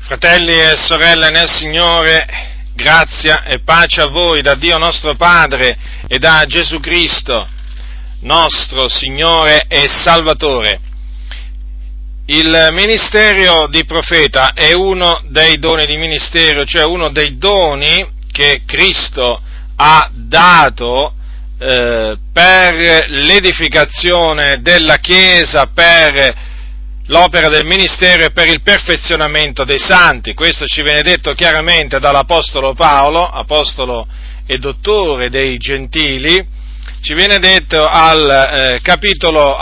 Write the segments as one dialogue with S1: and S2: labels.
S1: Fratelli e sorelle nel Signore, grazia e pace a voi da Dio nostro Padre e da Gesù Cristo, nostro Signore e Salvatore. Il ministero di profeta è uno dei doni di ministero, cioè uno dei doni che Cristo ha dato per l'edificazione della Chiesa, per l'opera del ministero e per il perfezionamento dei santi. Questo ci viene detto chiaramente dall'Apostolo Paolo, apostolo e dottore dei Gentili. Ci viene detto al capitolo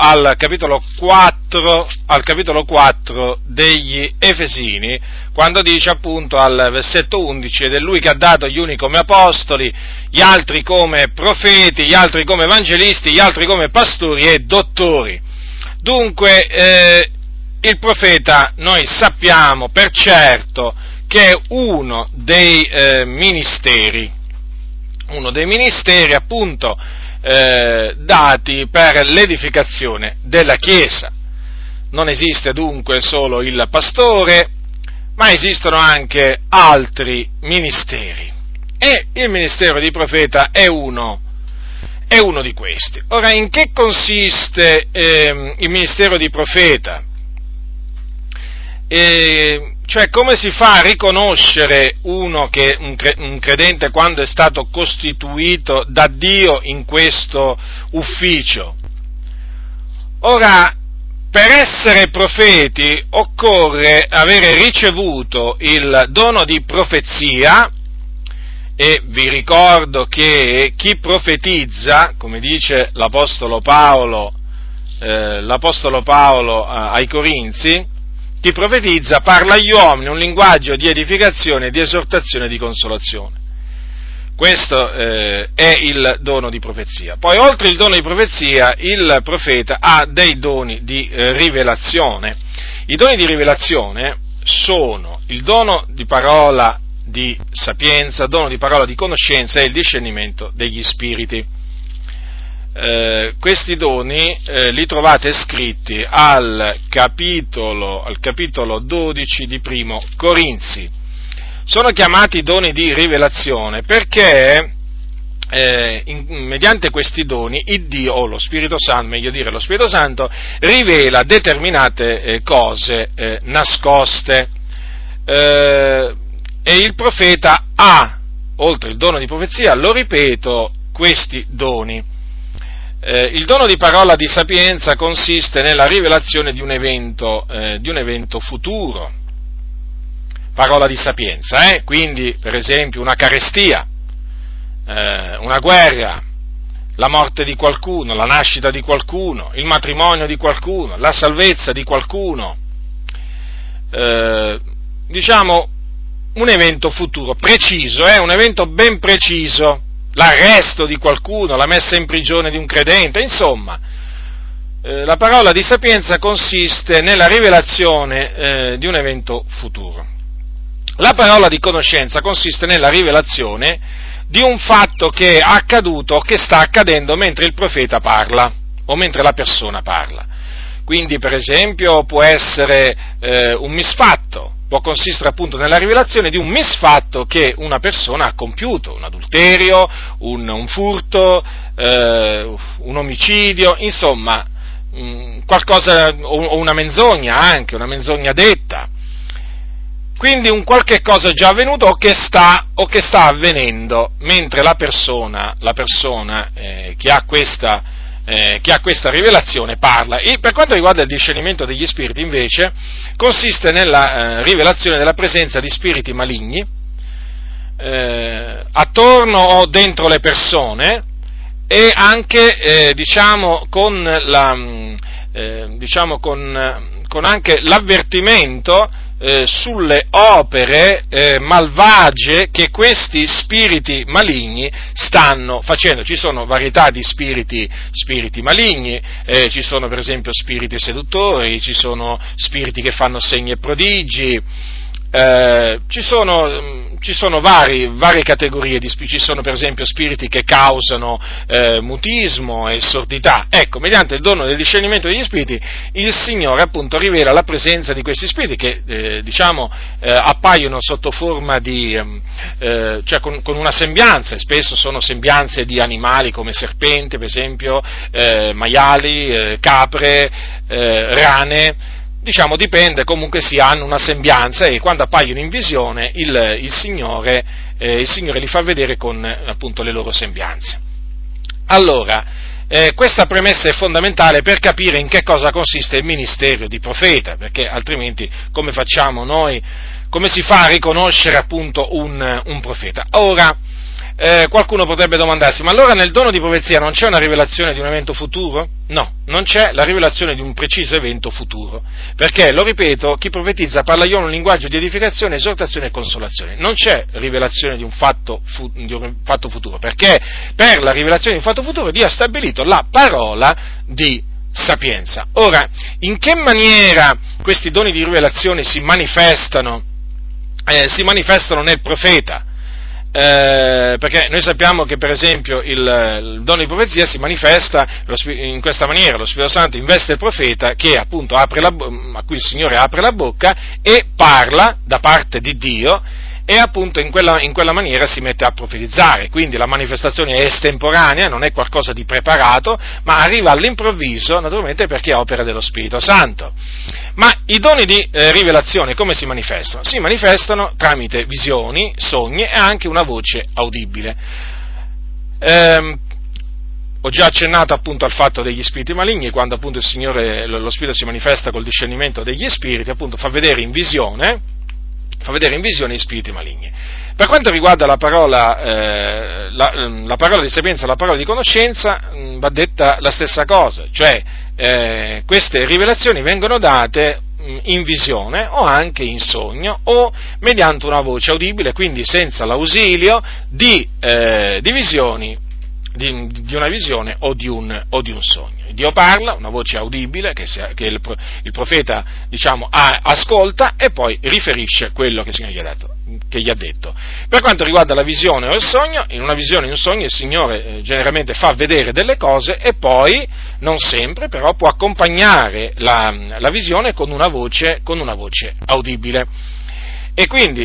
S1: 4 degli Efesini, quando dice appunto al versetto 11: ed è Lui che ha dato gli uni come apostoli, gli altri come profeti, gli altri come evangelisti, gli altri come pastori e dottori. Dunque, il profeta, noi sappiamo per certo che è uno dei ministeri appunto dati per l'edificazione della Chiesa. Non esiste dunque solo il pastore, ma esistono anche altri ministeri. E il ministero di profeta è uno di questi. Ora, in che consiste il ministero di profeta? Cioè, come si fa a riconoscere un credente quando è stato costituito da Dio in questo ufficio? Ora, per essere profeti occorre avere ricevuto il dono di profezia, e vi ricordo che chi profetizza, come dice l'Apostolo Paolo ai Corinzi, chi profetizza parla agli uomini un linguaggio di edificazione, di esortazione e di consolazione. Questo è il dono di profezia. Poi, oltre il dono di profezia, il profeta ha dei doni di rivelazione. I doni di rivelazione sono il dono di parola di sapienza, dono di parola di conoscenza e il discernimento degli spiriti. Questi doni li trovate scritti al capitolo 12 di Primo Corinzi. Sono chiamati doni di rivelazione perché mediante questi doni il Dio, o lo Spirito Santo, meglio dire lo Spirito Santo, rivela determinate cose nascoste, e il profeta ha, oltre il dono di profezia, lo ripeto, questi doni. Il dono di parola di sapienza consiste nella rivelazione di un evento futuro. Parola di sapienza, quindi per esempio una carestia, una guerra, la morte di qualcuno, la nascita di qualcuno, il matrimonio di qualcuno, la salvezza di qualcuno, diciamo un evento futuro preciso, un evento ben preciso. L'arresto di qualcuno, la messa in prigione di un credente, insomma, la parola di sapienza consiste nella rivelazione di un evento futuro. La parola di conoscenza consiste nella rivelazione di un fatto che è accaduto o che sta accadendo mentre il profeta parla o mentre la persona parla. Quindi, per esempio, può essere un misfatto. Può consistere appunto nella rivelazione di un misfatto che una persona ha compiuto, un adulterio, un furto, un omicidio, insomma, qualcosa, o una menzogna anche, una menzogna detta. Quindi un qualche cosa già avvenuto o che sta avvenendo, mentre la persona che ha questa rivelazione parla. E per quanto riguarda il discernimento degli spiriti, invece, consiste nella rivelazione della presenza di spiriti maligni attorno o dentro le persone, e anche con anche l'avvertimento sulle opere malvagie che questi spiriti maligni stanno facendo. Ci sono varietà di spiriti maligni, ci sono per esempio spiriti seduttori, ci sono spiriti che fanno segni e prodigi, Ci sono varie categorie di spiriti, ci sono per esempio spiriti che causano mutismo e sordità. Ecco, mediante il dono del discernimento degli spiriti, il Signore appunto rivela la presenza di questi spiriti che appaiono sotto forma di, cioè con una sembianza, e spesso sono sembianze di animali come serpenti, per esempio, maiali, capre, rane. Dipende, comunque hanno una sembianza, e quando appaiono in visione il Signore li fa vedere con appunto le loro sembianze. Allora, questa premessa è fondamentale per capire in che cosa consiste il ministero di profeta, perché altrimenti come facciamo noi, come si fa a riconoscere appunto un profeta? Ora, qualcuno potrebbe domandarsi, ma allora nel dono di profezia non c'è una rivelazione di un evento futuro? No, non c'è la rivelazione di un preciso evento futuro, perché, lo ripeto, chi profetizza parla io in un linguaggio di edificazione, esortazione e consolazione. Non c'è rivelazione di un fatto futuro, perché per la rivelazione di un fatto futuro Dio ha stabilito la parola di sapienza. Ora, in che maniera questi doni di rivelazione si manifestano nel profeta? Perché noi sappiamo che per esempio il dono di profezia si manifesta in questa maniera: lo Spirito Santo investe il profeta, che appunto a cui il Signore apre la bocca e parla da parte di Dio, e appunto in quella maniera si mette a profetizzare. Quindi la manifestazione è estemporanea, non è qualcosa di preparato, ma arriva all'improvviso, naturalmente perché è opera dello Spirito Santo. Ma i doni di rivelazione come si manifestano? Si manifestano tramite visioni, sogni e anche una voce audibile. Ho già accennato appunto al fatto degli spiriti maligni, quando appunto il Signore, lo Spirito si manifesta col discernimento degli spiriti, appunto fa vedere in visione gli spiriti maligni. Per quanto riguarda la parola di sapienza, la parola di conoscenza, va detta la stessa cosa, cioè queste rivelazioni vengono date in visione o anche in sogno o mediante una voce audibile, quindi senza l'ausilio di visioni, di una visione o di un sogno. Dio parla, una voce audibile che il profeta ascolta e poi riferisce quello che il Signore gli ha detto. Per quanto riguarda la visione o il sogno, in una visione o in un sogno il Signore generalmente fa vedere delle cose e poi, non sempre, però può accompagnare la visione con una voce audibile. E quindi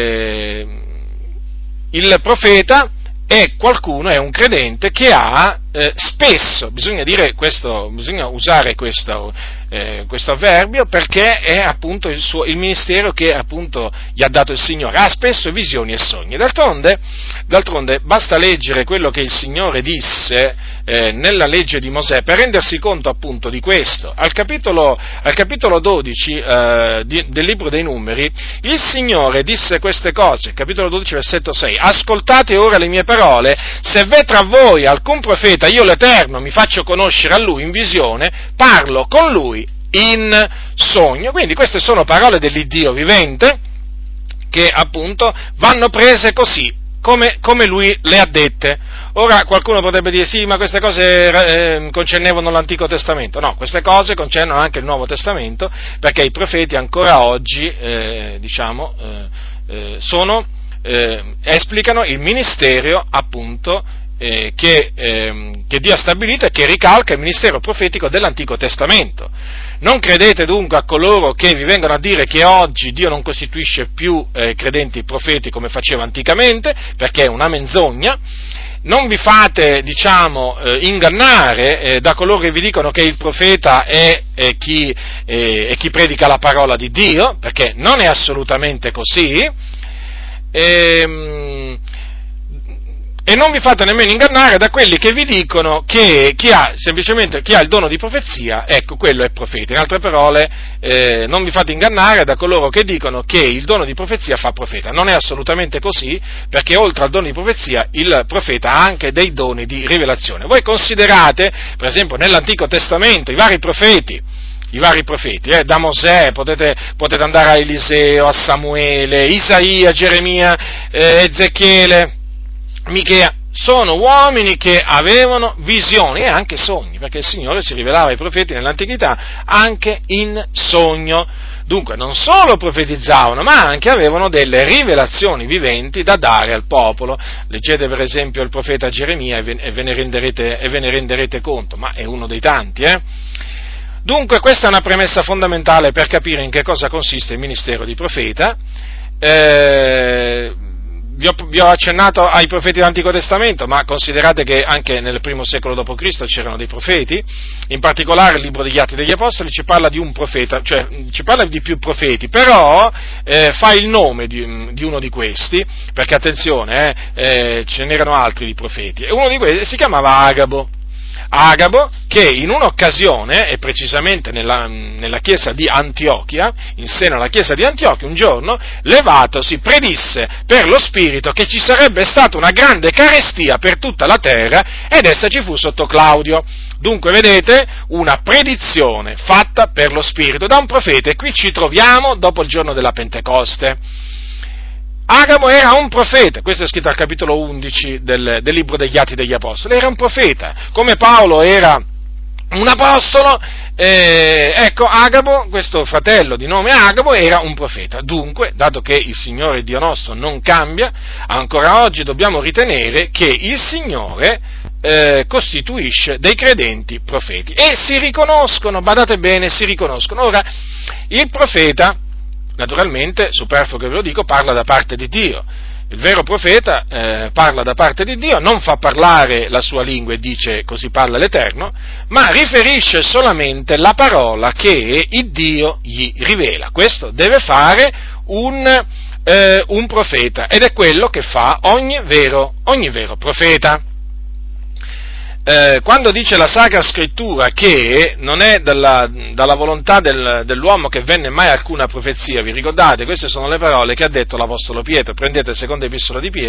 S1: il profeta è un credente che ha spesso, bisogna usare questo avverbio, perché è appunto il ministero che appunto gli ha dato il Signore, ha spesso visioni e sogni. D'altronde basta leggere quello che il Signore disse nella legge di Mosè per rendersi conto appunto di questo. Al capitolo 12 del libro dei Numeri, il Signore disse queste cose, capitolo 12 versetto 6: ascoltate ora le mie parole, se v'è tra voi alcun profeta, io l'Eterno mi faccio conoscere a lui in visione, parlo con lui in sogno. Quindi queste sono parole dell'Iddio vivente, che appunto vanno prese così, come lui le ha dette. Ora qualcuno potrebbe dire: sì, ma queste cose concernevano l'Antico Testamento. No, queste cose concernono anche il Nuovo Testamento, perché i profeti ancora oggi esplicano il ministero appunto che Dio ha stabilito e che ricalca il ministero profetico dell'Antico Testamento. Non credete dunque a coloro che vi vengono a dire che oggi Dio non costituisce più credenti profeti come faceva anticamente, perché è una menzogna. Non vi fate, ingannare da coloro che vi dicono che il profeta è chi predica la parola di Dio, perché non è assolutamente così. E non vi fate nemmeno ingannare da quelli che vi dicono che chi ha il dono di profezia, ecco, quello è profeta. In altre parole, non vi fate ingannare da coloro che dicono che il dono di profezia fa profeta. Non è assolutamente così, perché oltre al dono di profezia il profeta ha anche dei doni di rivelazione. Voi considerate, per esempio, nell'Antico Testamento i vari profeti, da Mosè, potete andare a Eliseo, a Samuele, Isaia, Geremia, Ezechiele, Michea, sono uomini che avevano visioni e anche sogni, perché il Signore si rivelava ai profeti nell'antichità anche in sogno. Dunque, non solo profetizzavano, ma anche avevano delle rivelazioni viventi da dare al popolo. Leggete per esempio il profeta Geremia e ve ne renderete conto, ma è uno dei tanti, Dunque, questa è una premessa fondamentale per capire in che cosa consiste il ministero di profeta. Vi ho accennato ai profeti dell'Antico Testamento, ma considerate che anche nel primo secolo d.C. c'erano dei profeti, in particolare il libro degli Atti degli Apostoli ci parla di un profeta, cioè ci parla di più profeti, però fa il nome di uno di questi, perché attenzione, ce n'erano altri di profeti, e uno di questi si chiamava Agabo, che in un'occasione, e precisamente nella chiesa di Antiochia, in seno alla chiesa di Antiochia, un giorno, levatosi, predisse per lo Spirito che ci sarebbe stata una grande carestia per tutta la terra, ed essa ci fu sotto Claudio. Dunque, vedete, una predizione fatta per lo Spirito da un profeta, e qui ci troviamo dopo il giorno della Pentecoste. Agabo era un profeta, questo è scritto al capitolo 11 del libro degli Atti degli Apostoli, era un profeta, come Paolo era un apostolo, ecco, Agabo, questo fratello di nome Agabo, era un profeta. Dunque, dato che il Signore Dio nostro non cambia, ancora oggi dobbiamo ritenere che il Signore costituisce dei credenti profeti, e si riconoscono, badate bene, si riconoscono. Ora, il profeta, naturalmente, superfluo che ve lo dico, parla da parte di Dio. Il vero profeta parla da parte di Dio, non fa parlare la sua lingua e dice così parla l'Eterno, ma riferisce solamente la parola che il Dio gli rivela. Questo deve fare un profeta, ed è quello che fa ogni vero profeta. Quando dice la Sacra Scrittura che non è dalla volontà dell'uomo che venne mai alcuna profezia, vi ricordate? Queste sono le parole che ha detto l'Apostolo Pietro. Prendete seconda epistola di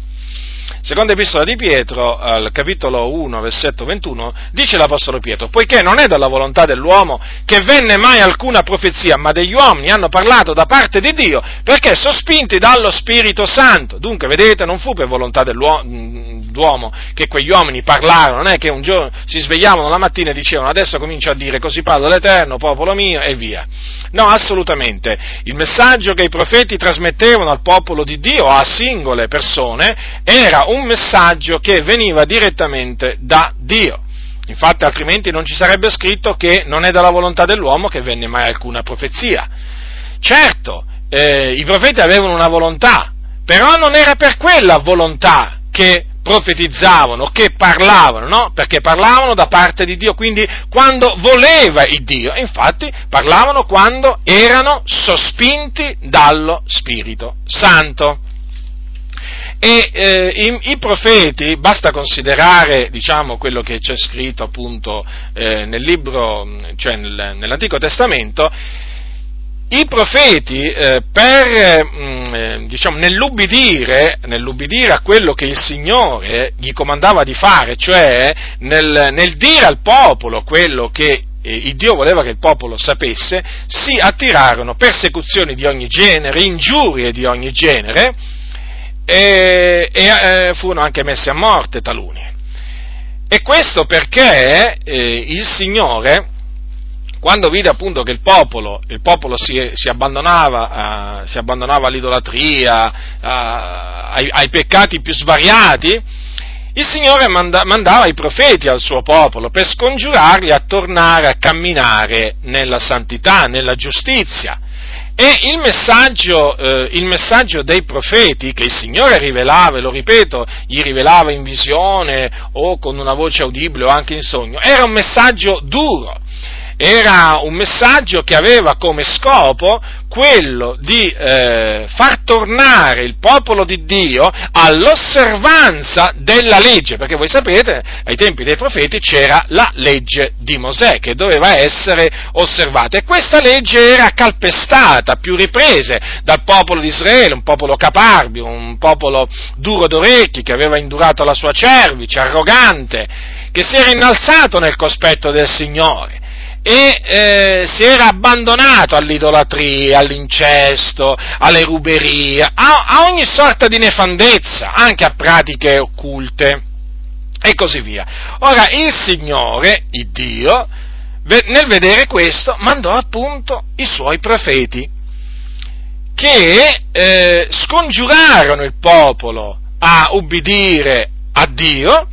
S1: Pietro, al capitolo 1, versetto 21, dice l'Apostolo Pietro: poiché non è dalla volontà dell'uomo che venne mai alcuna profezia, ma degli uomini hanno parlato da parte di Dio, perché sospinti dallo Spirito Santo. Dunque, vedete, non fu per volontà d'uomo che quegli uomini parlarono, non è che un giorno si svegliavano la mattina e dicevano: adesso comincio a dire così parla l'Eterno, popolo mio, e via. No, assolutamente. Il messaggio che i profeti trasmettevano al popolo di Dio, a singole persone, era un messaggio che veniva direttamente da Dio. Infatti, altrimenti non ci sarebbe scritto che non è dalla volontà dell'uomo che venne mai alcuna profezia. Certo, i profeti avevano una volontà, però non era per quella volontà che profetizzavano, che parlavano, no? Perché parlavano da parte di Dio, quindi quando voleva il Dio, infatti parlavano quando erano sospinti dallo Spirito Santo. E i profeti, basta considerare, diciamo, quello che c'è scritto appunto nel libro, cioè nell'Antico Testamento. I profeti, nell'ubbidire a quello che il Signore gli comandava di fare, cioè nel dire al popolo quello che il Dio voleva che il popolo sapesse, si attirarono persecuzioni di ogni genere, ingiurie di ogni genere, e furono anche messi a morte taluni. E questo perché il Signore, quando vide appunto che il popolo si abbandonava all'idolatria, ai peccati più svariati, il Signore mandava i profeti al suo popolo per scongiurarli a tornare a camminare nella santità, nella giustizia. E il messaggio dei profeti che il Signore rivelava, e lo ripeto, gli rivelava in visione o con una voce udibile o anche in sogno, era un messaggio duro. Era un messaggio che aveva come scopo quello di far tornare il popolo di Dio all'osservanza della legge, perché voi sapete, ai tempi dei profeti c'era la legge di Mosè che doveva essere osservata, e questa legge era calpestata a più riprese dal popolo di Israele, un popolo caparbio, un popolo duro d'orecchi, che aveva indurato la sua cervice, arrogante, che si era innalzato nel cospetto del Signore. E si era abbandonato all'idolatria, all'incesto, alle ruberie, a ogni sorta di nefandezza, anche a pratiche occulte, e così via. Ora, il Signore, il Dio, nel vedere questo, mandò appunto i suoi profeti, che scongiurarono il popolo a ubbidire a Dio,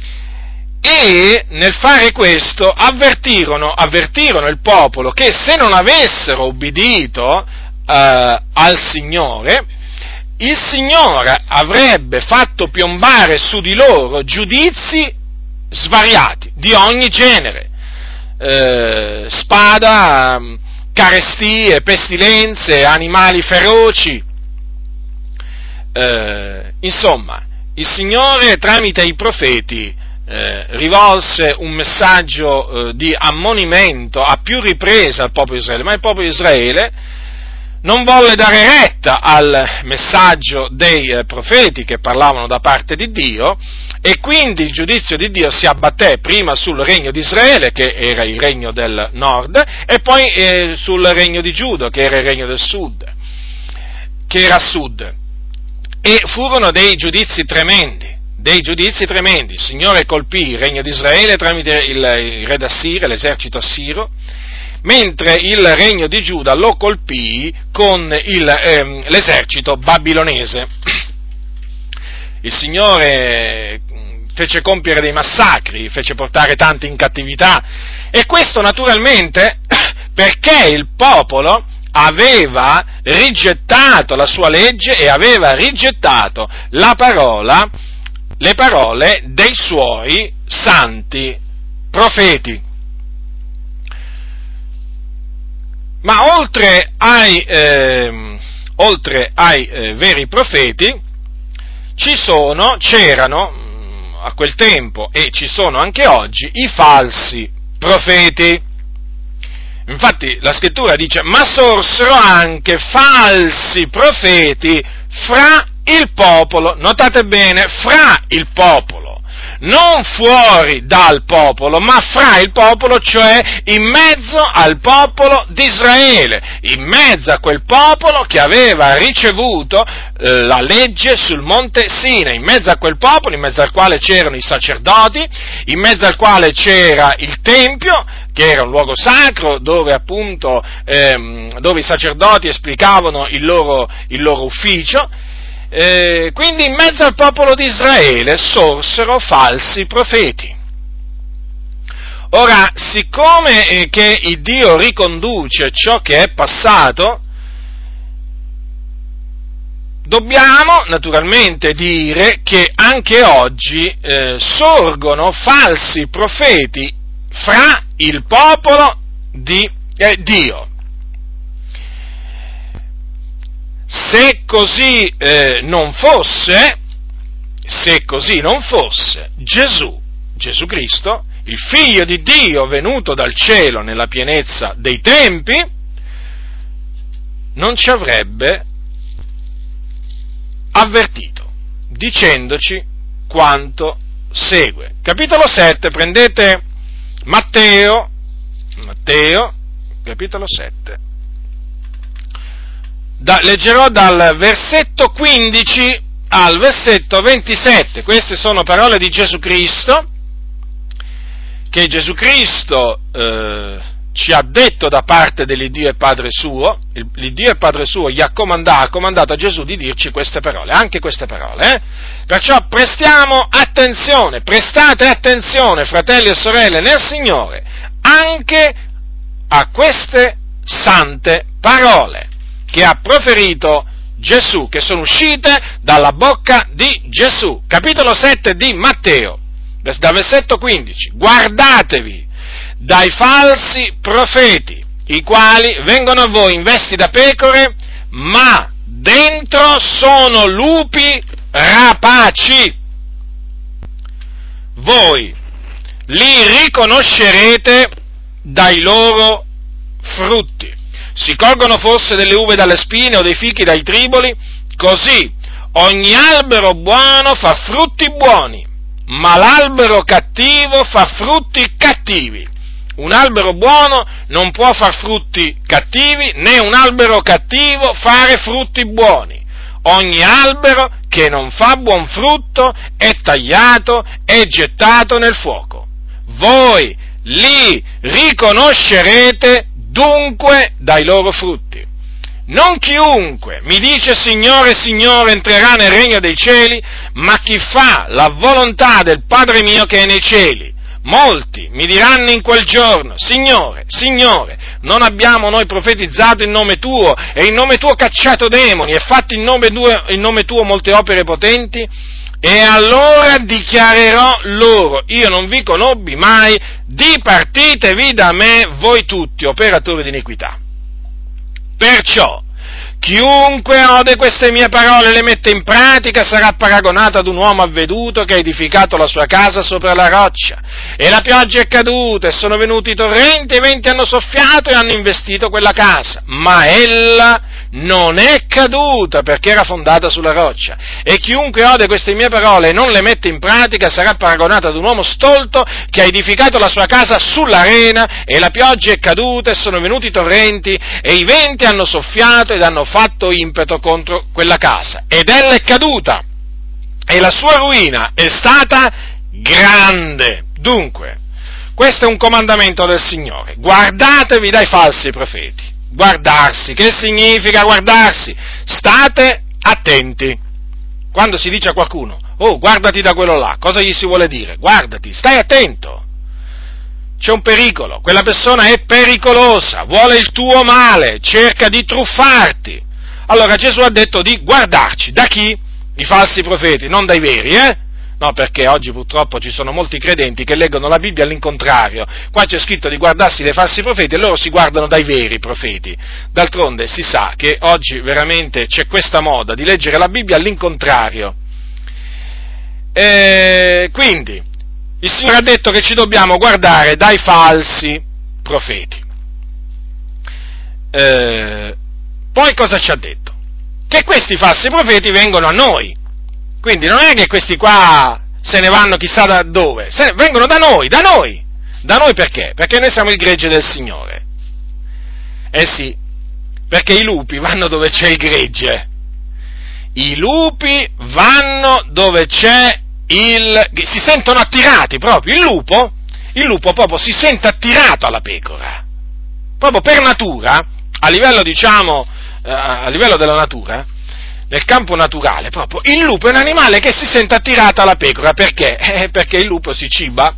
S1: e nel fare questo avvertirono il popolo che se non avessero ubbidito al Signore, il Signore avrebbe fatto piombare su di loro giudizi svariati, di ogni genere, spada, carestie, pestilenze, animali feroci, insomma, il Signore tramite i profeti rivolse un messaggio di ammonimento a più riprese al popolo di Israele, ma il popolo di Israele non volle dare retta al messaggio dei profeti che parlavano da parte di Dio, e quindi il giudizio di Dio si abbatté prima sul regno di Israele, che era il regno del nord, e poi sul regno di Giuda, che era il regno del sud, che era a sud, e furono dei giudizi tremendi. Il Signore colpì il regno di Israele tramite il re d'Assiria, l'esercito assiro, mentre il regno di Giuda lo colpì con l'esercito babilonese. Il Signore fece compiere dei massacri, fece portare tanti in cattività, e questo naturalmente perché il popolo aveva rigettato la sua legge e aveva rigettato le parole dei suoi santi profeti. Ma oltre ai veri profeti c'erano a quel tempo, e ci sono anche oggi, i falsi profeti. Infatti la scrittura dice: ma sorsero anche falsi profeti fra il popolo. Notate bene, fra il popolo, non fuori dal popolo, ma fra il popolo, cioè in mezzo al popolo di Israele, in mezzo a quel popolo che aveva ricevuto la legge sul monte Sinai, in mezzo a quel popolo, in mezzo al quale c'erano i sacerdoti, in mezzo al quale c'era il Tempio, che era un luogo sacro dove appunto dove i sacerdoti esplicavano il loro ufficio. Quindi in mezzo al popolo di Israele sorsero falsi profeti. Ora, siccome che il Dio riconduce ciò che è passato, dobbiamo naturalmente dire che anche oggi sorgono falsi profeti fra il popolo di Dio. Se così non fosse, Gesù Cristo, il Figlio di Dio venuto dal cielo nella pienezza dei tempi, non ci avrebbe avvertito, dicendoci quanto segue. Capitolo 7, prendete Matteo, capitolo 7. Leggerò dal versetto 15 al versetto 27, queste sono parole di Gesù Cristo, che Gesù Cristo ci ha detto da parte dell'Iddio e Padre suo. L'Iddio e Padre suo gli ha comandato a Gesù di dirci queste parole, anche queste parole. Perciò prestate attenzione, fratelli e sorelle, nel Signore, anche a queste sante parole che ha proferito Gesù, che sono uscite dalla bocca di Gesù. Capitolo 7 di Matteo, dal versetto 15. Guardatevi dai falsi profeti, i quali vengono a voi in vesti da pecore, ma dentro sono lupi rapaci. Voi li riconoscerete dai loro frutti. Si colgono forse delle uve dalle spine o dei fichi dai triboli? Così ogni albero buono fa frutti buoni, ma l'albero cattivo fa frutti cattivi. Un albero buono non può far frutti cattivi, né un albero cattivo fare frutti buoni. Ogni albero che non fa buon frutto è tagliato e gettato nel fuoco. Voi li riconoscerete dunque dai loro frutti. Non chiunque mi dice Signore, Signore entrerà nel regno dei cieli, ma chi fa la volontà del Padre mio che è nei cieli. Molti mi diranno in quel giorno, Signore, Signore, non abbiamo noi profetizzato in nome Tuo, e in nome Tuo cacciato demoni, e fatto in nome Tuo molte opere potenti? E allora dichiarerò loro, io non vi conobbi mai, dipartitevi da me, voi tutti, operatori di iniquità. Perciò, chiunque ode queste mie parole e le mette in pratica sarà paragonato ad un uomo avveduto che ha edificato la sua casa sopra la roccia. E la pioggia è caduta, e sono venuti i torrenti, e i venti hanno soffiato e hanno investito quella casa. Ma ella non è caduta, perché era fondata sulla roccia. E chiunque ode queste mie parole e non le mette in pratica sarà paragonato ad un uomo stolto che ha edificato la sua casa sull'arena, e la pioggia è caduta, e sono venuti i torrenti, e i venti hanno soffiato ed hanno fatto impeto contro quella casa. Ed ella è caduta, e la sua ruina è stata grande. Dunque, questo è un comandamento del Signore: guardatevi dai falsi profeti. Guardarsi, che significa guardarsi? State attenti. Quando si dice a qualcuno, oh, guardati da quello là, cosa gli si vuole dire? Guardati, stai attento. C'è un pericolo, quella persona è pericolosa, vuole il tuo male, cerca di truffarti. Allora Gesù ha detto di guardarci. Da chi? I falsi profeti, non dai veri, No, perché oggi purtroppo ci sono molti credenti che leggono la Bibbia all'incontrario. Qua c'è scritto di guardarsi dai falsi profeti e loro si guardano dai veri profeti. D'altronde si sa che oggi veramente c'è questa moda di leggere la Bibbia all'incontrario. Quindi, il Signore ha detto che ci dobbiamo guardare dai falsi profeti. Poi cosa ci ha detto? Che questi falsi profeti vengono a noi. Quindi non è che questi qua se ne vanno chissà da dove, vengono da noi. Da noi perché? Perché noi siamo il gregge del Signore. Sì, perché i lupi vanno dove c'è il gregge. I lupi vanno dove c'è si sentono attirati proprio. Il lupo proprio si sente attirato alla pecora. Proprio per natura, a livello della natura, nel campo naturale, proprio, il lupo è un animale che si sente attirato alla pecora. Perché? Perché il lupo si ciba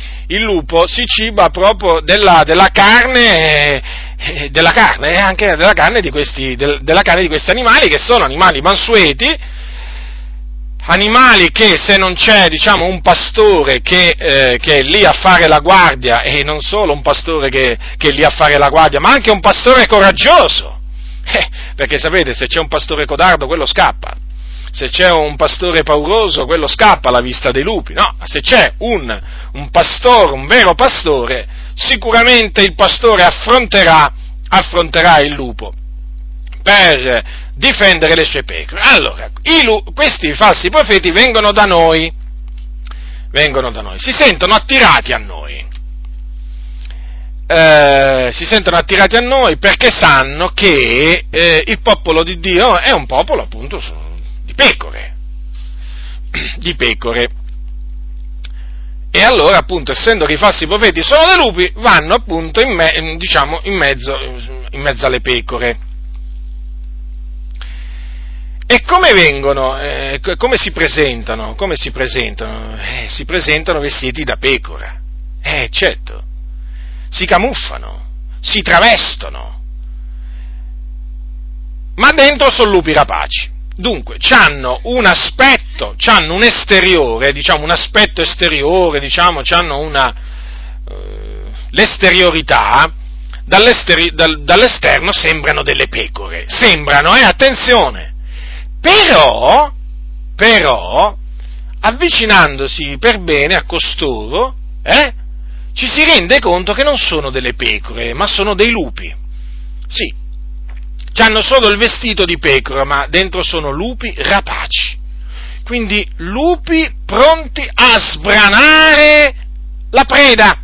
S1: proprio della carne, anche della carne di questi animali, che sono animali mansueti, animali che se non c'è, un pastore che è lì a fare la guardia, e non solo un pastore che è lì a fare la guardia, ma anche un pastore coraggioso. Perché sapete, se c'è un pastore codardo, quello scappa. Se c'è un pastore pauroso, quello scappa alla vista dei lupi. No, ma se c'è un pastore, un vero pastore, sicuramente il pastore affronterà il lupo per difendere le sue pecore. Allora, questi falsi profeti vengono da noi, si sentono attirati a noi. Perché sanno che il popolo di Dio è un popolo appunto di pecore. E allora appunto, essendo che i falsi profeti sono dei lupi, vanno appunto in mezzo alle pecore. E come vengono? Come si presentano? Si presentano vestiti da pecora. Certo. Si camuffano, si travestono, ma dentro sono lupi rapaci. Dunque, c'hanno un aspetto, c'hanno un esteriore, un aspetto esteriore, c'hanno l'esteriorità, dall'esterno sembrano delle pecore, attenzione, però, avvicinandosi per bene a costoro, ci si rende conto che non sono delle pecore, ma sono dei lupi. Sì, hanno solo il vestito di pecora, ma dentro sono lupi rapaci. Quindi lupi pronti a sbranare la preda,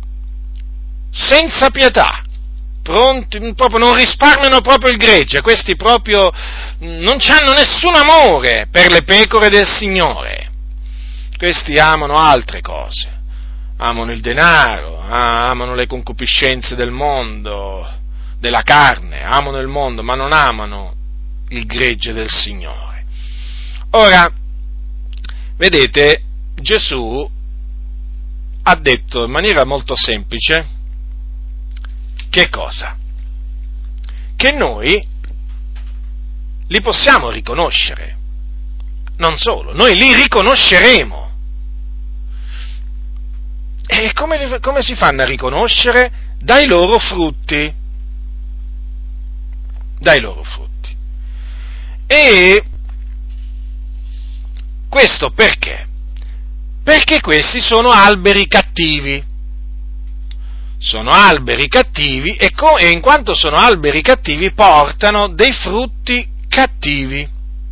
S1: senza pietà, pronti, proprio non risparmiano proprio il gregge. Questi proprio non hanno nessun amore per le pecore del Signore. Questi amano altre cose. amano il denaro, amano le concupiscenze del mondo, della carne, amano il mondo, ma non amano il gregge del Signore. Ora, vedete, Gesù ha detto in maniera molto semplice che cosa? Che noi li possiamo riconoscere, non solo, noi li riconosceremo. E come si fanno a riconoscere? Dai loro frutti. Dai loro frutti. E questo perché? Perché questi sono alberi cattivi. Sono alberi cattivi e in quanto sono alberi cattivi portano dei frutti cattivi.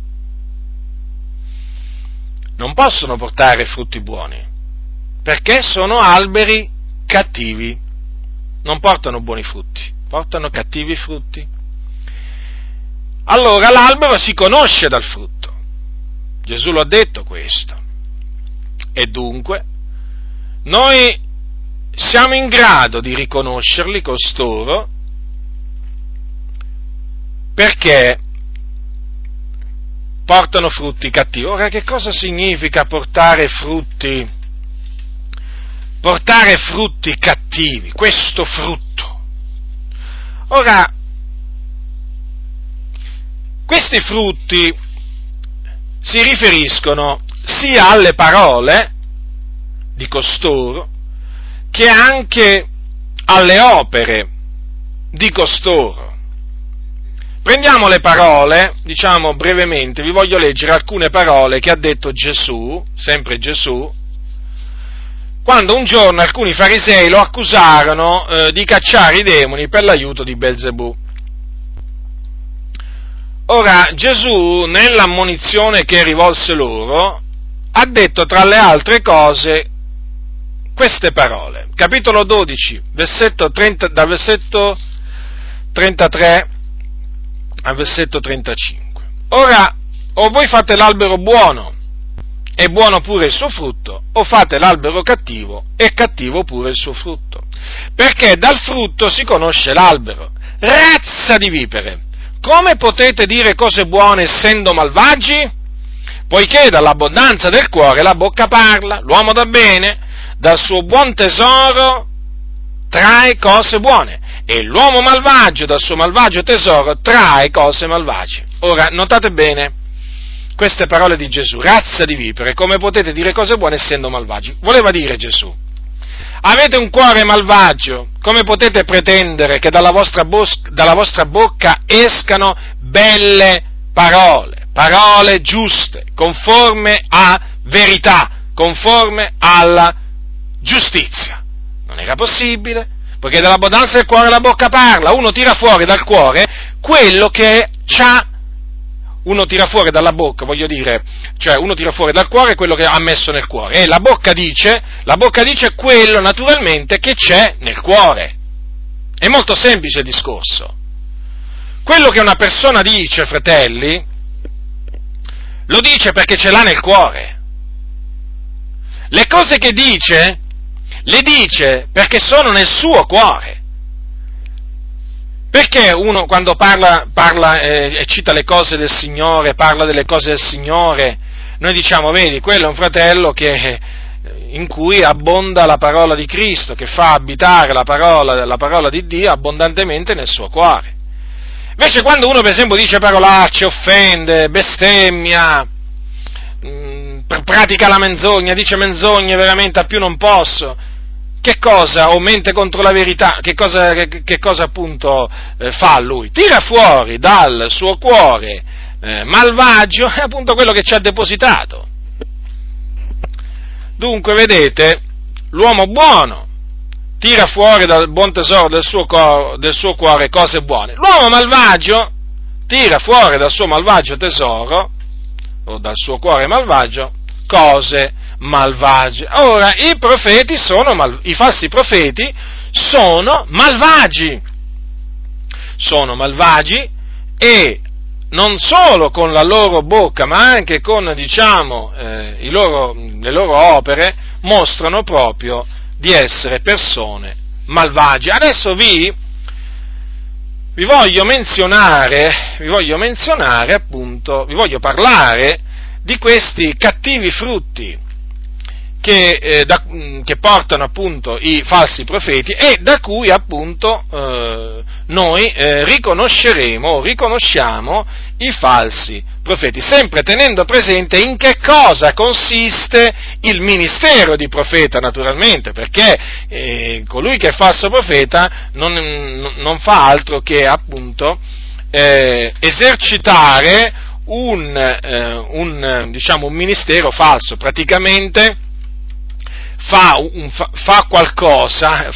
S1: Non possono portare frutti buoni, perché sono alberi cattivi. Non portano buoni frutti, portano cattivi frutti. Allora l'albero si conosce dal frutto. Gesù lo ha detto questo. E dunque noi siamo in grado di riconoscerli costoro perché portano frutti cattivi. Ora, che cosa significa portare frutti cattivi? Questo frutto. Ora, questi frutti si riferiscono sia alle parole di costoro che anche alle opere di costoro. Prendiamo le parole, diciamo brevemente, vi voglio leggere alcune parole che ha detto Gesù, sempre Gesù, quando un giorno alcuni farisei lo accusarono di cacciare i demoni per l'aiuto di Belzebù. Ora, Gesù, nell'ammonizione che rivolse loro, ha detto tra le altre cose queste parole. Capitolo 12, dal versetto 33 al versetto 35. Ora, o voi fate l'albero buono, e buono pure il suo frutto, o fate l'albero cattivo, e cattivo pure il suo frutto. Perché dal frutto si conosce l'albero. Razza di vipere! Come potete dire cose buone essendo malvagi? Poiché dall'abbondanza del cuore la bocca parla, l'uomo da bene, dal suo buon tesoro trae cose buone, e l'uomo malvagio dal suo malvagio tesoro trae cose malvagie. Ora, notate bene queste parole di Gesù, razza di vipere, come potete dire cose buone essendo malvagi? Voleva dire Gesù, avete un cuore malvagio, come potete pretendere che dalla vostra bocca escano belle parole giuste, conforme a verità, conforme alla giustizia? Non era possibile, perché dall'abbondanza del cuore la bocca parla, uno tira fuori dal cuore quello che c'ha, uno tira fuori dalla bocca, voglio dire, cioè uno tira fuori dal cuore quello che ha messo nel cuore, e la bocca dice quello naturalmente che c'è nel cuore. È molto semplice il discorso. Quello che una persona dice, fratelli, lo dice perché ce l'ha nel cuore. Le cose che dice, le dice perché sono nel suo cuore. Perché uno quando parla e cita le cose del Signore, parla delle cose del Signore, noi diciamo, vedi, quello è un fratello in cui abbonda la parola di Cristo, che fa abitare la parola di Dio abbondantemente nel suo cuore. Invece quando uno, per esempio, dice parolacce, offende, bestemmia, pratica la menzogna, dice menzogne veramente a più non posso, che cosa? O mente contro la verità, che cosa appunto fa lui? Tira fuori dal suo cuore malvagio appunto quello che ci ha depositato. Dunque, vedete, l'uomo buono tira fuori dal buon tesoro del suo cuore cose buone. L'uomo malvagio tira fuori dal suo malvagio tesoro, o dal suo cuore malvagio, cose malvagie. Ora, i falsi profeti sono malvagi e non solo con la loro bocca, ma anche con, le loro opere mostrano proprio di essere persone malvagie. Adesso vi voglio parlare di questi cattivi frutti che portano appunto i falsi profeti e da cui appunto noi riconosciamo i falsi profeti, sempre tenendo presente in che cosa consiste il ministero di profeta, naturalmente, perché colui che è falso profeta non fa altro che appunto esercitare un ministero falso, praticamente fa qualcosa,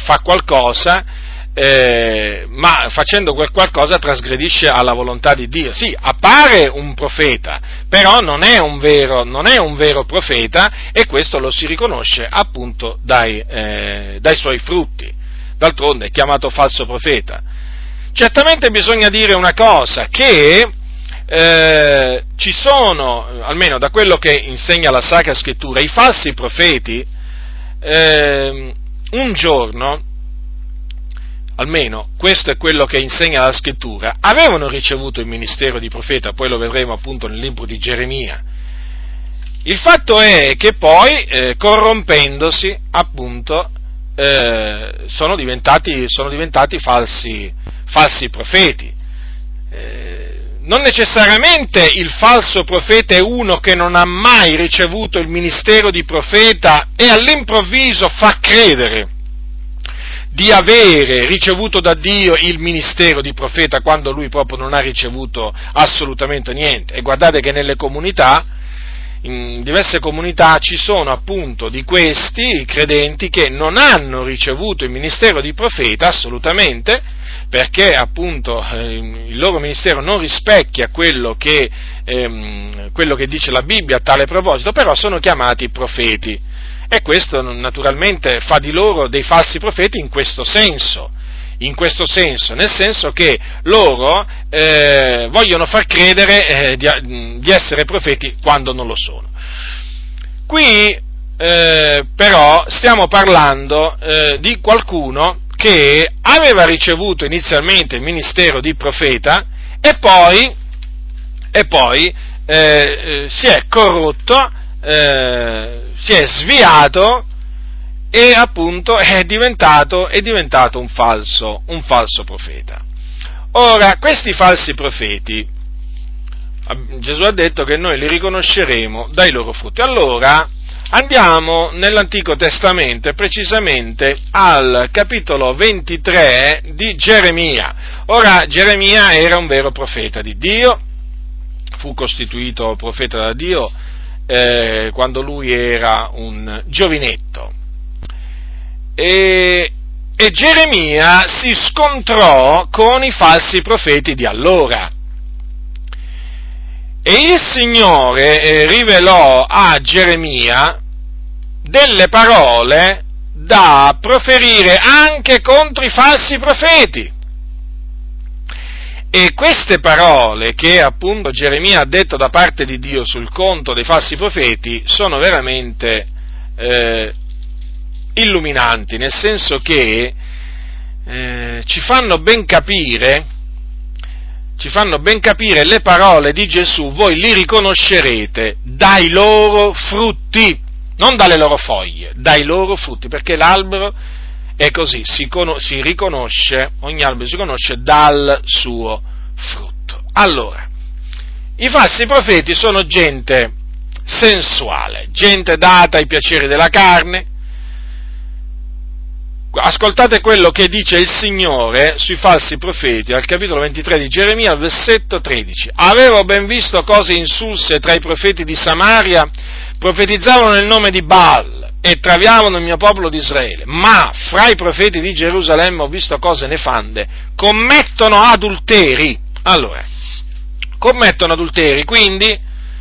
S1: ma facendo quel qualcosa trasgredisce alla volontà di Dio. Sì, appare un profeta, però non è un vero profeta, e questo lo si riconosce appunto dai suoi frutti. D'altronde è chiamato falso profeta. Certamente bisogna dire una cosa, che ci sono, almeno da quello che insegna la Sacra Scrittura, i falsi profeti un giorno, almeno questo è quello che insegna la Scrittura, avevano ricevuto il ministero di profeta, poi lo vedremo appunto nel libro di Geremia. Il fatto è che poi, corrompendosi, appunto, sono diventati falsi profeti. Non necessariamente il falso profeta è uno che non ha mai ricevuto il ministero di profeta e all'improvviso fa credere di avere ricevuto da Dio il ministero di profeta quando lui proprio non ha ricevuto assolutamente niente. E guardate che nelle comunità, in diverse comunità, ci sono appunto di questi credenti che non hanno ricevuto il ministero di profeta assolutamente, perché appunto il loro ministero non rispecchia quello che dice la Bibbia a tale proposito, però sono chiamati profeti, e questo naturalmente fa di loro dei falsi profeti in questo senso, nel senso che loro vogliono far credere di essere profeti quando non lo sono. Qui però stiamo parlando di qualcuno che aveva ricevuto inizialmente il ministero di profeta e poi si è corrotto, si è sviato e appunto è diventato un falso profeta. Ora, questi falsi profeti, Gesù ha detto che noi li riconosceremo dai loro frutti. Allora, andiamo nell'Antico Testamento, e precisamente al capitolo 23 di Geremia. Ora, Geremia era un vero profeta di Dio, fu costituito profeta da Dio quando lui era un giovinetto. E Geremia si scontrò con i falsi profeti di allora. E il Signore rivelò a Geremia delle parole da proferire anche contro i falsi profeti. E queste parole che appunto Geremia ha detto da parte di Dio sul conto dei falsi profeti sono veramente illuminanti, nel senso che ci fanno ben capire le parole di Gesù: voi li riconoscerete dai loro frutti, non dalle loro foglie, dai loro frutti, perché l'albero è così, si riconosce, ogni albero si conosce dal suo frutto. Allora, i falsi profeti sono gente sensuale, gente data ai piaceri della carne. Ascoltate quello che dice il Signore sui falsi profeti al capitolo 23 di Geremia, al versetto 13. Avevo ben visto cose insulse tra i profeti di Samaria, profetizzavano nel nome di Baal e traviavano il mio popolo di Israele, ma fra i profeti di Gerusalemme ho visto cose nefande, commettono adulteri. Allora, commettono adulteri, quindi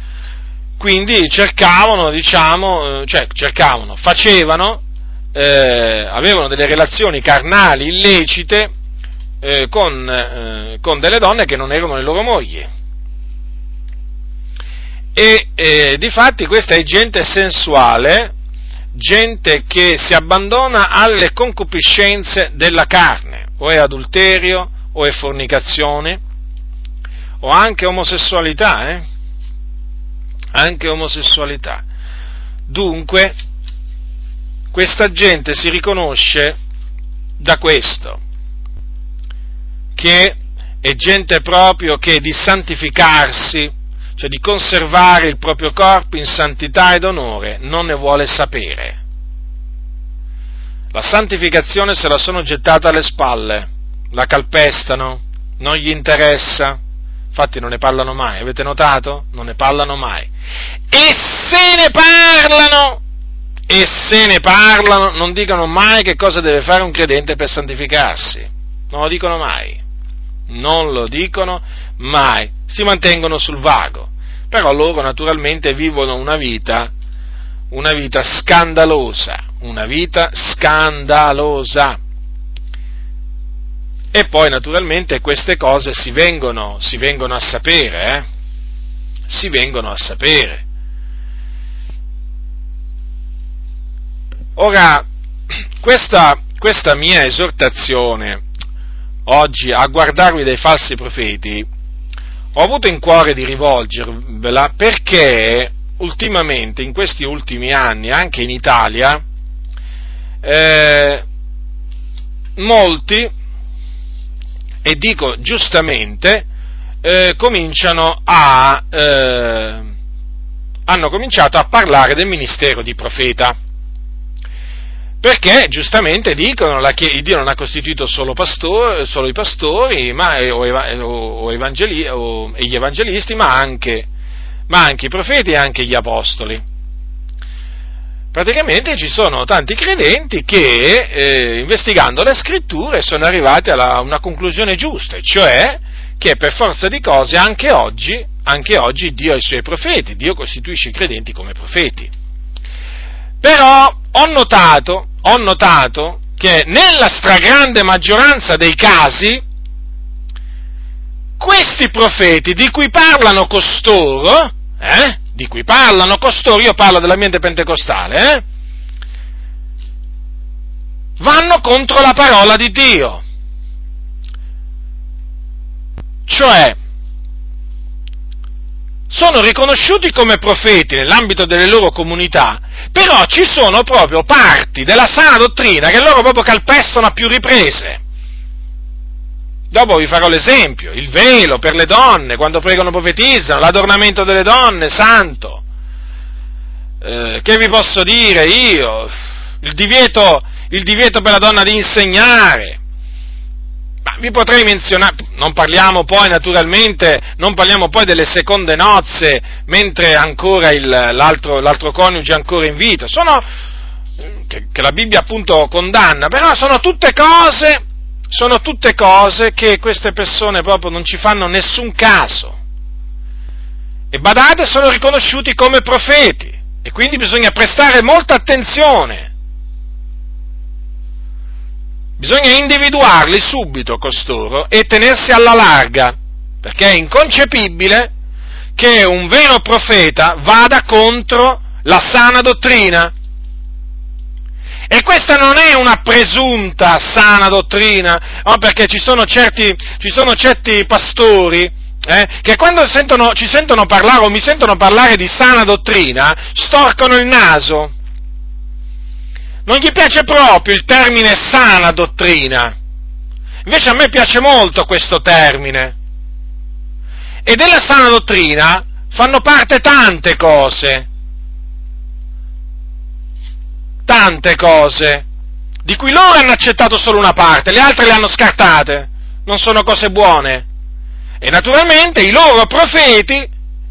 S1: facevano, avevano delle relazioni carnali illecite con delle donne che non erano le loro mogli. E difatti questa è gente sensuale, gente che si abbandona alle concupiscenze della carne, o è adulterio, o è fornicazione, o anche omosessualità, anche omosessualità. Dunque, questa gente si riconosce da questo, che è gente proprio che di santificarsi, cioè di conservare il proprio corpo in santità ed onore, non ne vuole sapere. La santificazione se la sono gettata alle spalle, la calpestano, non gli interessa, infatti non ne parlano mai, avete notato? Non ne parlano mai. E se ne parlano, non dicono mai che cosa deve fare un credente per santificarsi, non lo dicono mai. Non lo dicono mai, si mantengono sul vago, però loro naturalmente vivono una vita scandalosa, e poi naturalmente queste cose si vengono a sapere, Ora, questa mia esortazione oggi a guardarvi dai falsi profeti, ho avuto in cuore di rivolgervela perché ultimamente, in questi ultimi anni, anche in Italia, molti, e dico giustamente, hanno cominciato a parlare del ministero di profeta. Perché giustamente dicono che Dio non ha costituito solo i pastori e gli evangelisti, ma anche i profeti e anche gli apostoli. Praticamente ci sono tanti credenti che, investigando le scritture, sono arrivati a una conclusione giusta, cioè che per forza di cose anche oggi Dio ha i suoi profeti, Dio costituisce i credenti come profeti. Però ho notato che nella stragrande maggioranza dei casi questi profeti di cui parlano costoro, io parlo dell'ambiente pentecostale, vanno contro la parola di Dio. Cioè, sono riconosciuti come profeti nell'ambito delle loro comunità, però ci sono proprio parti della sana dottrina che loro proprio calpestano a più riprese. Dopo vi farò l'esempio: il velo per le donne quando pregano profetizzano, l'adornamento delle donne, santo. Che vi posso dire io? Il divieto per la donna di insegnare. Ma vi potrei menzionare, non parliamo poi delle seconde nozze mentre ancora l'altro coniuge è ancora in vita, che la Bibbia appunto condanna, però sono tutte cose che queste persone proprio non ci fanno nessun caso. E badate, sono riconosciuti come profeti, e quindi bisogna prestare molta attenzione. Bisogna individuarli subito costoro e tenersi alla larga, perché è inconcepibile che un vero profeta vada contro la sana dottrina. E questa non è una presunta sana dottrina, perché ci sono certi pastori che quando ci sentono parlare o mi sentono parlare di sana dottrina storcono il naso. Non gli piace proprio il termine sana dottrina, invece a me piace molto questo termine. E della sana dottrina fanno parte tante cose, di cui loro hanno accettato solo una parte, le altre le hanno scartate, non sono cose buone. E naturalmente i loro profeti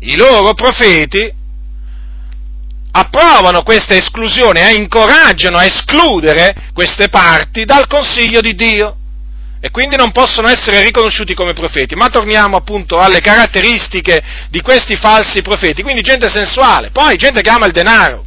S1: approvano questa esclusione, incoraggiano a escludere queste parti dal consiglio di Dio, e quindi non possono essere riconosciuti come profeti. Ma torniamo appunto alle caratteristiche di questi falsi profeti. Quindi gente sensuale, poi gente che ama il denaro,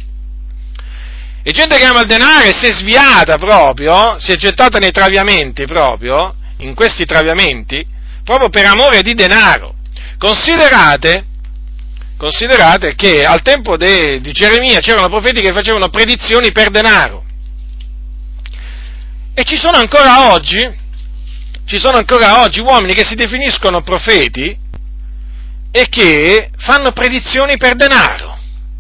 S1: e gente che ama il denaro e si è sviata proprio, si è gettata nei traviamenti proprio, in questi traviamenti, proprio per amore di denaro. Considerate considerate che al tempo di Geremia c'erano profeti che facevano predizioni per denaro. E ci sono ancora oggi uomini che si definiscono profeti e che fanno predizioni per denaro,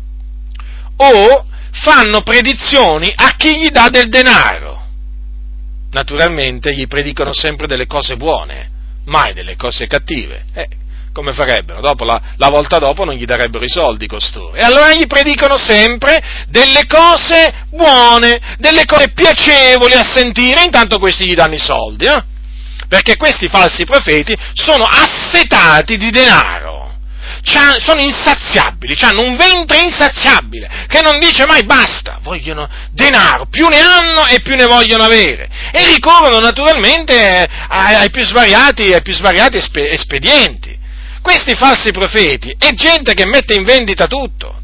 S1: o fanno predizioni a chi gli dà del denaro. Naturalmente gli predicano sempre delle cose buone, mai delle cose cattive. Come farebbero? La volta dopo non gli darebbero i soldi costoro. E allora gli predicano sempre delle cose buone, delle cose piacevoli a sentire, intanto questi gli danno i soldi, perché questi falsi profeti sono assetati di denaro. Sono insaziabili, hanno un ventre insaziabile, che non dice mai basta, vogliono denaro, più ne hanno e più ne vogliono avere, e ricorrono naturalmente ai più svariati espedienti. Questi falsi profeti è gente che mette in vendita tutto.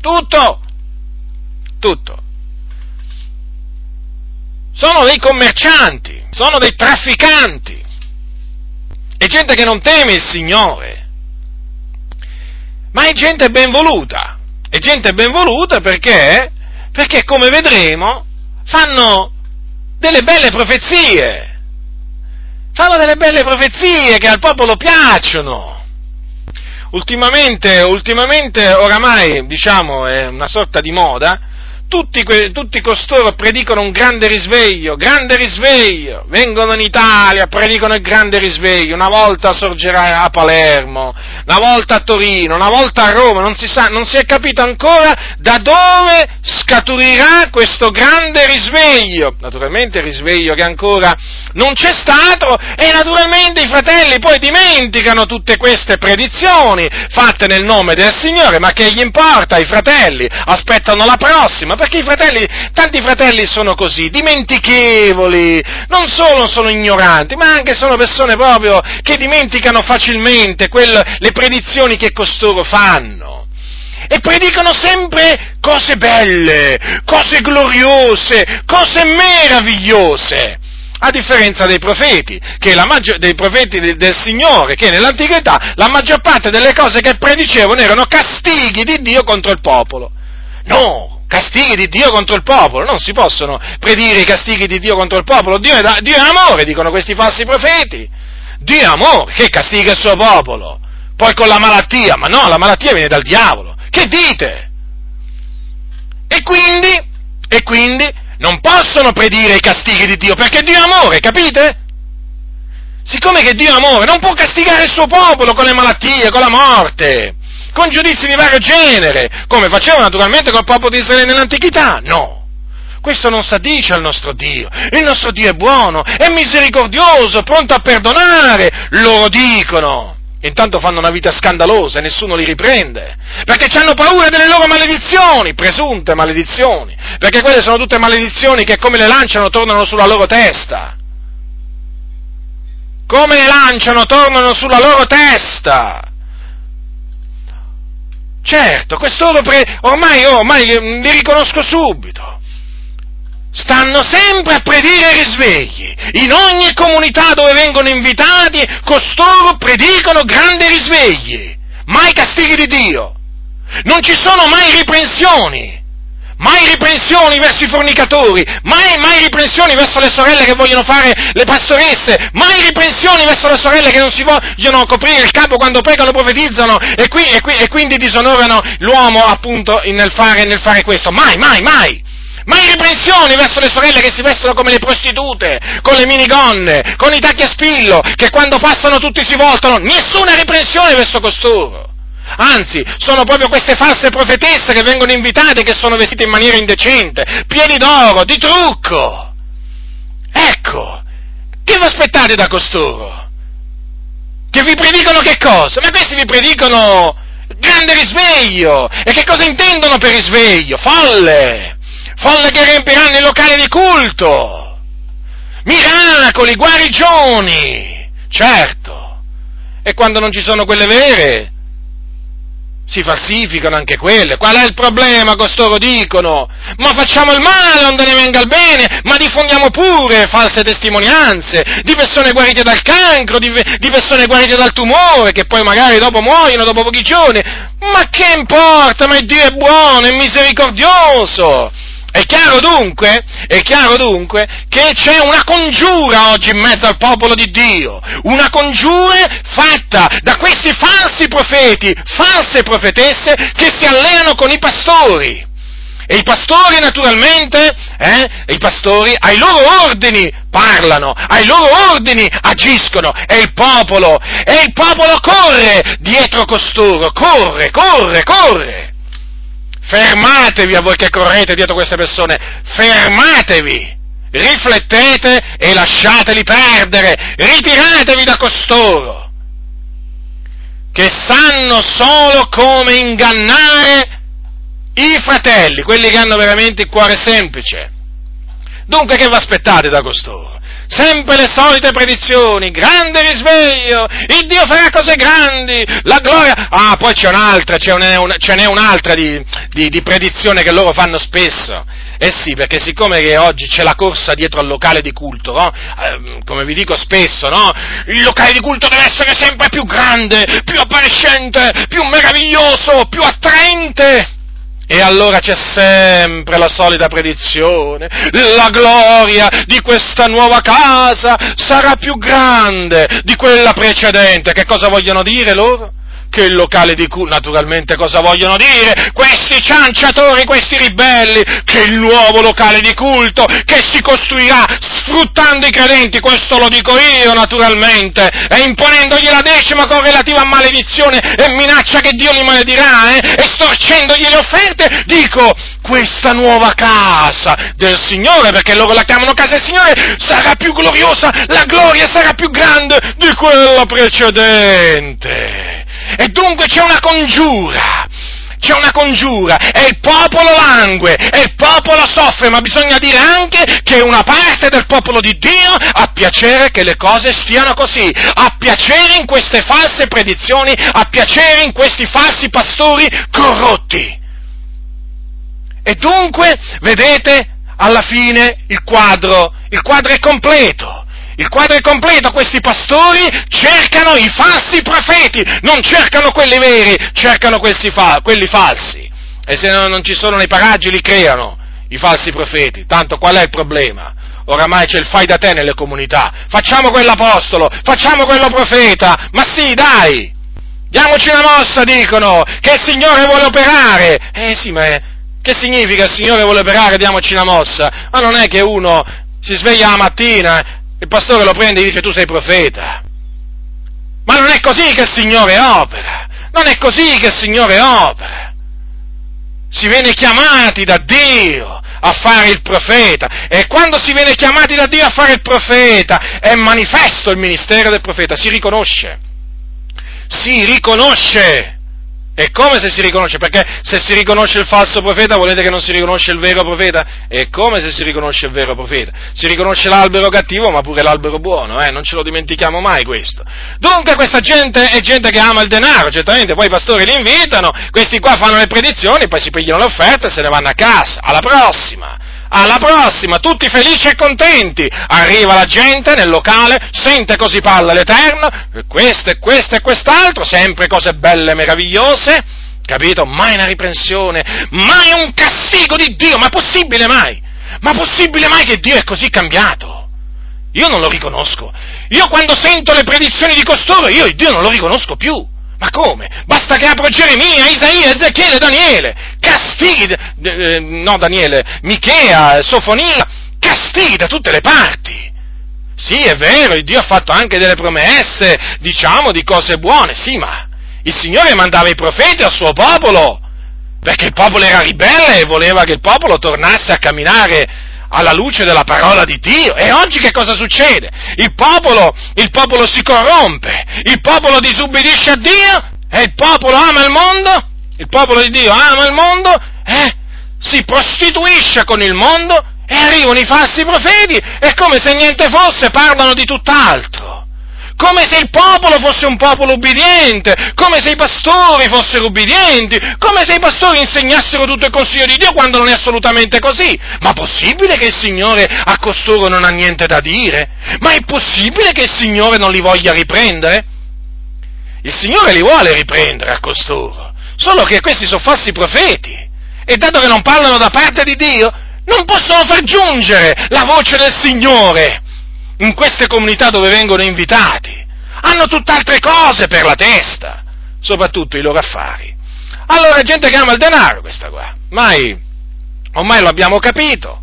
S1: Sono dei commercianti, sono dei trafficanti, è gente che non teme il Signore. Ma è gente ben voluta perché come vedremo fanno delle belle profezie che al popolo piacciono. Ultimamente oramai, diciamo, è una sorta di moda, tutti costoro predicano un grande risveglio, vengono in Italia, predicano il grande risveglio, una volta sorgerà a Palermo, una volta a Torino, una volta a Roma, non si è capito ancora da dove scaturirà questo grande risveglio, naturalmente risveglio che ancora non c'è stato, e naturalmente i fratelli poi dimenticano tutte queste predizioni fatte nel nome del Signore, ma che gli importa? I fratelli aspettano la prossima, perché tanti fratelli sono così, dimentichevoli, non solo sono ignoranti, ma anche sono persone proprio che dimenticano facilmente le predizioni che costoro fanno. E predicano sempre cose belle, cose gloriose, cose meravigliose. A differenza dei profeti, dei profeti del Signore, che nell'antichità la maggior parte delle cose che predicevano erano castighi di Dio contro il popolo. No, castighi di Dio contro il popolo, non si possono predire i castighi di Dio contro il popolo. Dio è amore, dicono questi falsi profeti. Dio è amore, che castiga il suo popolo. Poi con la malattia, ma no, la malattia viene dal diavolo. Che dite? E quindi non possono predire i castighi di Dio, perché Dio è amore, capite? Siccome che Dio è amore, non può castigare il suo popolo con le malattie, con la morte, con giudizi di vario genere, come faceva naturalmente col popolo di Israele nell'antichità. No, questo non s'addice al nostro Dio. Il nostro Dio è buono, è misericordioso, pronto a perdonare, loro dicono. Intanto fanno una vita scandalosa e nessuno li riprende, perché hanno paura delle loro maledizioni, presunte maledizioni, perché quelle sono tutte maledizioni che come le lanciano tornano sulla loro testa. Come le lanciano tornano sulla loro testa. Certo, costoro ormai li riconosco subito. Stanno sempre a predire risvegli. In ogni comunità dove vengono invitati, costoro predicano grandi risvegli. Mai castighi di Dio. Non ci sono mai riprensioni verso i fornicatori, mai riprensioni verso le sorelle che vogliono fare le pastoresse, mai riprensioni verso le sorelle che non si vogliono coprire il capo quando pregano o profetizzano e quindi disonorano l'uomo appunto nel fare questo. Mai riprensioni verso le sorelle che si vestono come le prostitute, con le minigonne, con i tacchi a spillo, che quando passano tutti si voltano. Nessuna riprensione verso costoro. Anzi, sono proprio queste false profetesse che vengono invitate, che sono vestite in maniera indecente, pieni d'oro, di trucco. Ecco, che vi aspettate da costoro? Che vi predicano che cosa? Ma questi vi predicano grande risveglio. E che cosa intendono per risveglio? Folle che riempiranno i locali di culto, miracoli, guarigioni, certo, e quando non ci sono quelle vere, si falsificano anche quelle. Qual è il problema? Costoro dicono, ma facciamo il male onde ne venga il bene, ma diffondiamo pure false testimonianze di persone guarite dal cancro, di persone guarite dal tumore, che poi magari dopo muoiono, dopo pochi giorni. Ma che importa? Ma Dio è buono, è misericordioso. È chiaro dunque che c'è una congiura oggi in mezzo al popolo di Dio, una congiura fatta da questi falsi profeti, false profetesse che si alleano con i pastori. E i pastori naturalmente, i pastori ai loro ordini parlano, ai loro ordini agiscono, e il popolo corre dietro costoro, corre. Fermatevi a voi che correte dietro queste persone, fermatevi, riflettete e lasciateli perdere, ritiratevi da costoro, che sanno solo come ingannare i fratelli, quelli che hanno veramente il cuore semplice. Dunque che vi aspettate da costoro? Sempre le solite predizioni, grande risveglio, il Dio farà cose grandi, la gloria. Ah, poi ce n'è un'altra di predizione che loro fanno spesso. Eh sì, perché siccome che oggi c'è la corsa dietro al locale di culto, no? Come vi dico spesso, no? Il locale di culto deve essere sempre più grande, più appariscente, più meraviglioso, più attraente. E allora c'è sempre la solita predizione, la gloria di questa nuova casa sarà più grande di quella precedente. Che cosa vogliono dire loro? Che il locale di culto, naturalmente cosa vogliono dire? Questi cianciatori, questi ribelli, che il nuovo locale di culto che si costruirà sfruttando i credenti, questo lo dico io naturalmente, e imponendogli la decima con relativa maledizione e minaccia che Dio li maledirà, e storcendogli le offerte, dico, questa nuova casa del Signore, perché loro la chiamano casa del Signore, sarà più gloriosa, la gloria sarà più grande di quella precedente. E dunque c'è una congiura, e il popolo langue, e il popolo soffre, ma bisogna dire anche che una parte del popolo di Dio ha piacere che le cose stiano così, ha piacere in queste false predizioni, ha piacere in questi falsi pastori corrotti. E dunque, vedete, alla fine il quadro è completo. Il quadro è completo, questi pastori cercano i falsi profeti, non cercano quelli veri, cercano quelli falsi. E se non ci sono nei paraggi li creano, i falsi profeti. Tanto qual è il problema? Oramai c'è il fai da te nelle comunità. Facciamo quell'apostolo, facciamo quello profeta, ma sì, dai! Diamoci una mossa, dicono, che il Signore vuole operare. Sì, ma che significa il Signore vuole operare, diamoci una mossa? Ma non è che uno si sveglia la mattina, il pastore lo prende e dice tu sei profeta. Ma non è così che il Signore opera. Non è così che il Signore opera. Si viene chiamati da Dio a fare il profeta, e quando si viene chiamati da Dio a fare il profeta è manifesto il ministero del profeta, si riconosce. È come se si riconosce, perché se si riconosce il falso profeta, volete che non si riconosce il vero profeta? È come se si riconosce il vero profeta. Si riconosce l'albero cattivo, ma pure l'albero buono, non ce lo dimentichiamo mai questo. Dunque questa gente è gente che ama il denaro, certamente, poi i pastori li invitano, questi qua fanno le predizioni, poi si pigliano le offerte e se ne vanno a casa. Alla prossima, tutti felici e contenti, arriva la gente nel locale, sente così parla l'Eterno, questo e quest'altro, sempre cose belle e meravigliose, capito? Mai una riprensione, mai un castigo di Dio, ma possibile mai? Ma possibile mai che Dio è così cambiato? Io non lo riconosco, io quando sento le predizioni di costoro, io il Dio non lo riconosco più. Ma come? Basta che apro Geremia, Isaia, Ezechiele, Daniele, Michea, Sofonia, castighi da tutte le parti. Sì, è vero, il Dio ha fatto anche delle promesse, diciamo, di cose buone, sì, ma il Signore mandava i profeti al suo popolo, perché il popolo era ribelle e voleva che il popolo tornasse a camminare alla luce della parola di Dio. E oggi che cosa succede? Il popolo si corrompe, il popolo disubbidisce a Dio, e il popolo ama il mondo, il popolo di Dio ama il mondo, si prostituisce con il mondo, e arrivano i falsi profeti, e come se niente fosse parlano di tutt'altro. Come se il popolo fosse un popolo ubbidiente, come se i pastori fossero ubbidienti, come se i pastori insegnassero tutto il consiglio di Dio, quando non è assolutamente così. Ma possibile che il Signore a costoro non ha niente da dire? Ma è possibile che il Signore non li voglia riprendere? Il Signore li vuole riprendere a costoro, solo che questi sono falsi profeti, e dato che non parlano da parte di Dio, non possono far giungere la voce del Signore in queste comunità dove vengono invitati. Hanno tutt'altre cose per la testa, soprattutto i loro affari. Allora è gente che ama il denaro questa qua, ormai lo abbiamo capito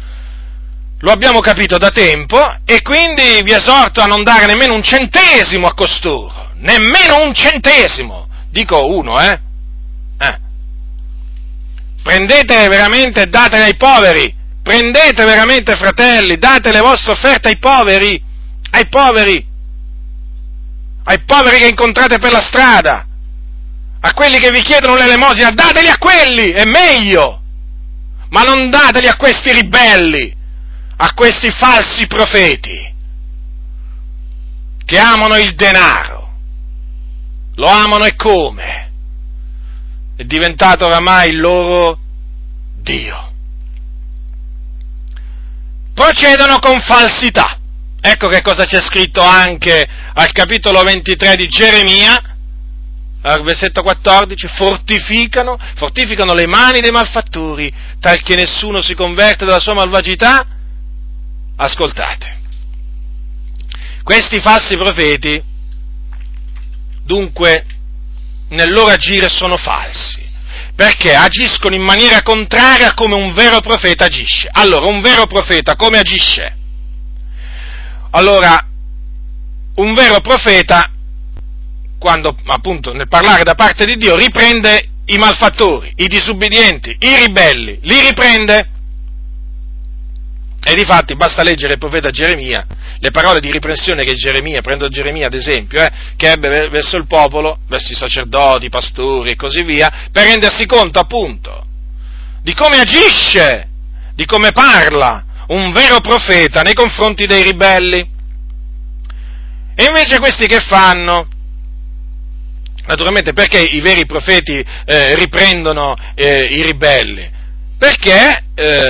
S1: da tempo, e quindi vi esorto a non dare nemmeno un centesimo a costoro, nemmeno un centesimo, dico uno, Prendete veramente e datele ai poveri, prendete veramente, fratelli, date le vostre offerte ai poveri che incontrate per la strada, a quelli che vi chiedono l'elemosina, dateli a quelli, è meglio, ma non dateli a questi ribelli, a questi falsi profeti, che amano il denaro, lo amano e come? È diventato oramai il loro Dio. Procedono con falsità. Ecco che cosa c'è scritto anche al capitolo 23 di Geremia, al versetto 14, fortificano le mani dei malfattori, tal che nessuno si converte dalla sua malvagità. Ascoltate, questi falsi profeti, dunque, nel loro agire sono falsi, perché agiscono in maniera contraria a come un vero profeta agisce. Allora, un vero profeta come agisce? Allora, un vero profeta, quando appunto nel parlare da parte di Dio, riprende i malfattori, i disubbidienti, i ribelli, li riprende. E difatti basta leggere il profeta Geremia, le parole di riprensione che Geremia, prendo Geremia ad esempio, che ebbe verso il popolo, verso i sacerdoti, i pastori e così via, per rendersi conto appunto di come agisce, di come parla un vero profeta nei confronti dei ribelli. E invece questi che fanno? Naturalmente perché i veri profeti riprendono i ribelli? Perché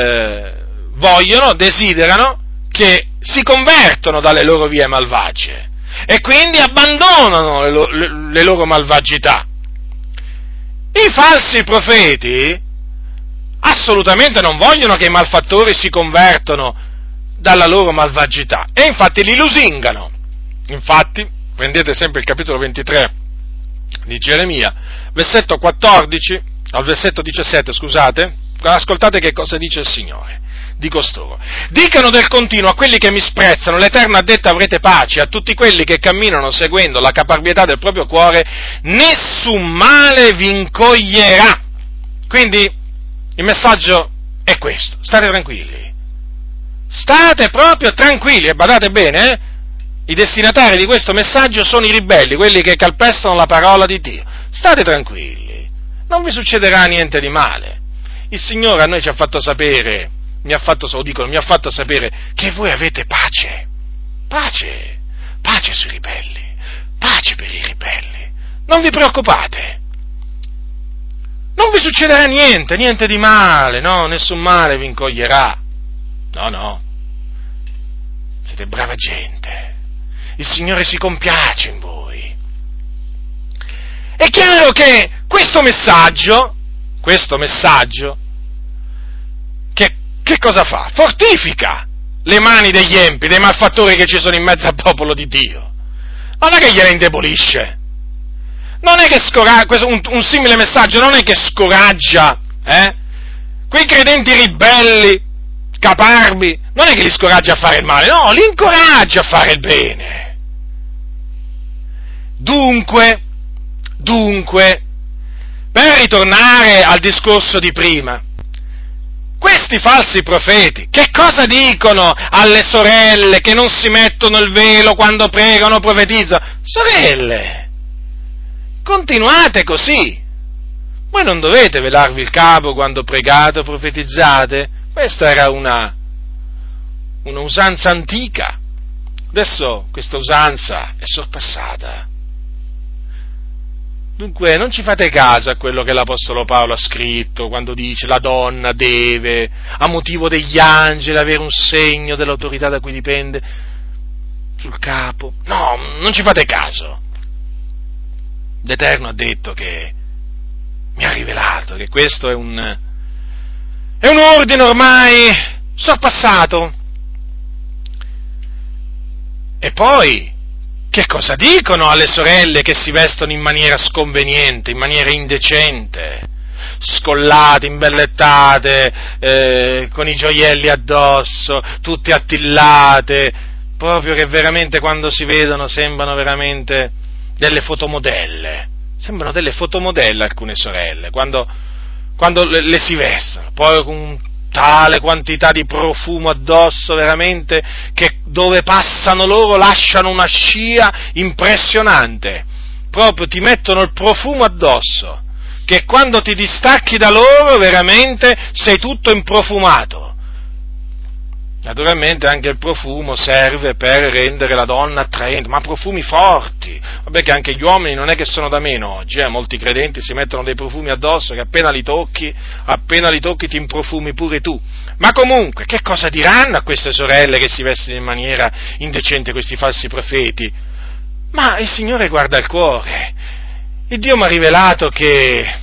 S1: desiderano che si convertono dalle loro vie malvagie e quindi abbandonano le loro malvagità. I falsi profeti assolutamente non vogliono che i malfattori si convertono dalla loro malvagità, e infatti li lusingano. Infatti, prendete sempre il capitolo 23 di Geremia, versetto 14 al versetto 17, scusate, ascoltate che cosa dice il Signore di costoro. Dicano del continuo a quelli che mi sprezzano, l'Eterno ha detto avrete pace, a tutti quelli che camminano seguendo la caparbietà del proprio cuore, nessun male vi incoglierà. Quindi il messaggio è questo: state tranquilli, state proprio tranquilli, e badate bene, i destinatari di questo messaggio sono i ribelli, quelli che calpestano la parola di Dio. State tranquilli, non vi succederà niente di male. Il Signore a noi ci ha fatto sapere, mi ha fatto sapere che voi avete pace sui ribelli, pace per i ribelli. Non vi preoccupate, non vi succederà niente di male, no, nessun male vi incoglierà. No, siete brava gente. Il Signore si compiace in voi. È chiaro che questo messaggio, che cosa fa? Fortifica le mani degli empi, dei malfattori che ci sono in mezzo al popolo di Dio. Non è che gliele indebolisce. Non è che un simile messaggio non è che scoraggia, quei credenti ribelli, caparbi, non è che li scoraggia a fare il male, no, li incoraggia a fare il bene. Dunque, per ritornare al discorso di prima, questi falsi profeti, che cosa dicono alle sorelle che non si mettono il velo quando pregano o profetizzano? Sorelle, continuate così, voi non dovete velarvi il capo quando pregate o profetizzate, questa era una usanza antica, adesso questa usanza è sorpassata. Dunque non ci fate caso a quello che l'Apostolo Paolo ha scritto quando dice la donna deve, a motivo degli angeli, avere un segno dell'autorità da cui dipende sul capo. No, non ci fate caso. L'Eterno ha detto che mi ha rivelato che questo è un ordine ormai sorpassato. E poi, che cosa dicono alle sorelle che si vestono in maniera sconveniente, in maniera indecente, scollate, imbellettate, con i gioielli addosso, tutte attillate, proprio che veramente quando si vedono sembrano veramente delle fotomodelle. Sembrano delle fotomodelle alcune sorelle, quando le si vestono, poi con tale quantità di profumo addosso, veramente, che dove passano loro lasciano una scia impressionante, proprio ti mettono il profumo addosso, che quando ti distacchi da loro, veramente, sei tutto improfumato. Naturalmente anche il profumo serve per rendere la donna attraente, ma profumi forti. Vabbè che anche gli uomini non è che sono da meno oggi, molti credenti si mettono dei profumi addosso che appena li tocchi ti improfumi pure tu. Ma comunque, che cosa diranno a queste sorelle che si vestono in maniera indecente, questi falsi profeti? Ma il Signore guarda il cuore. Il Dio mi ha rivelato che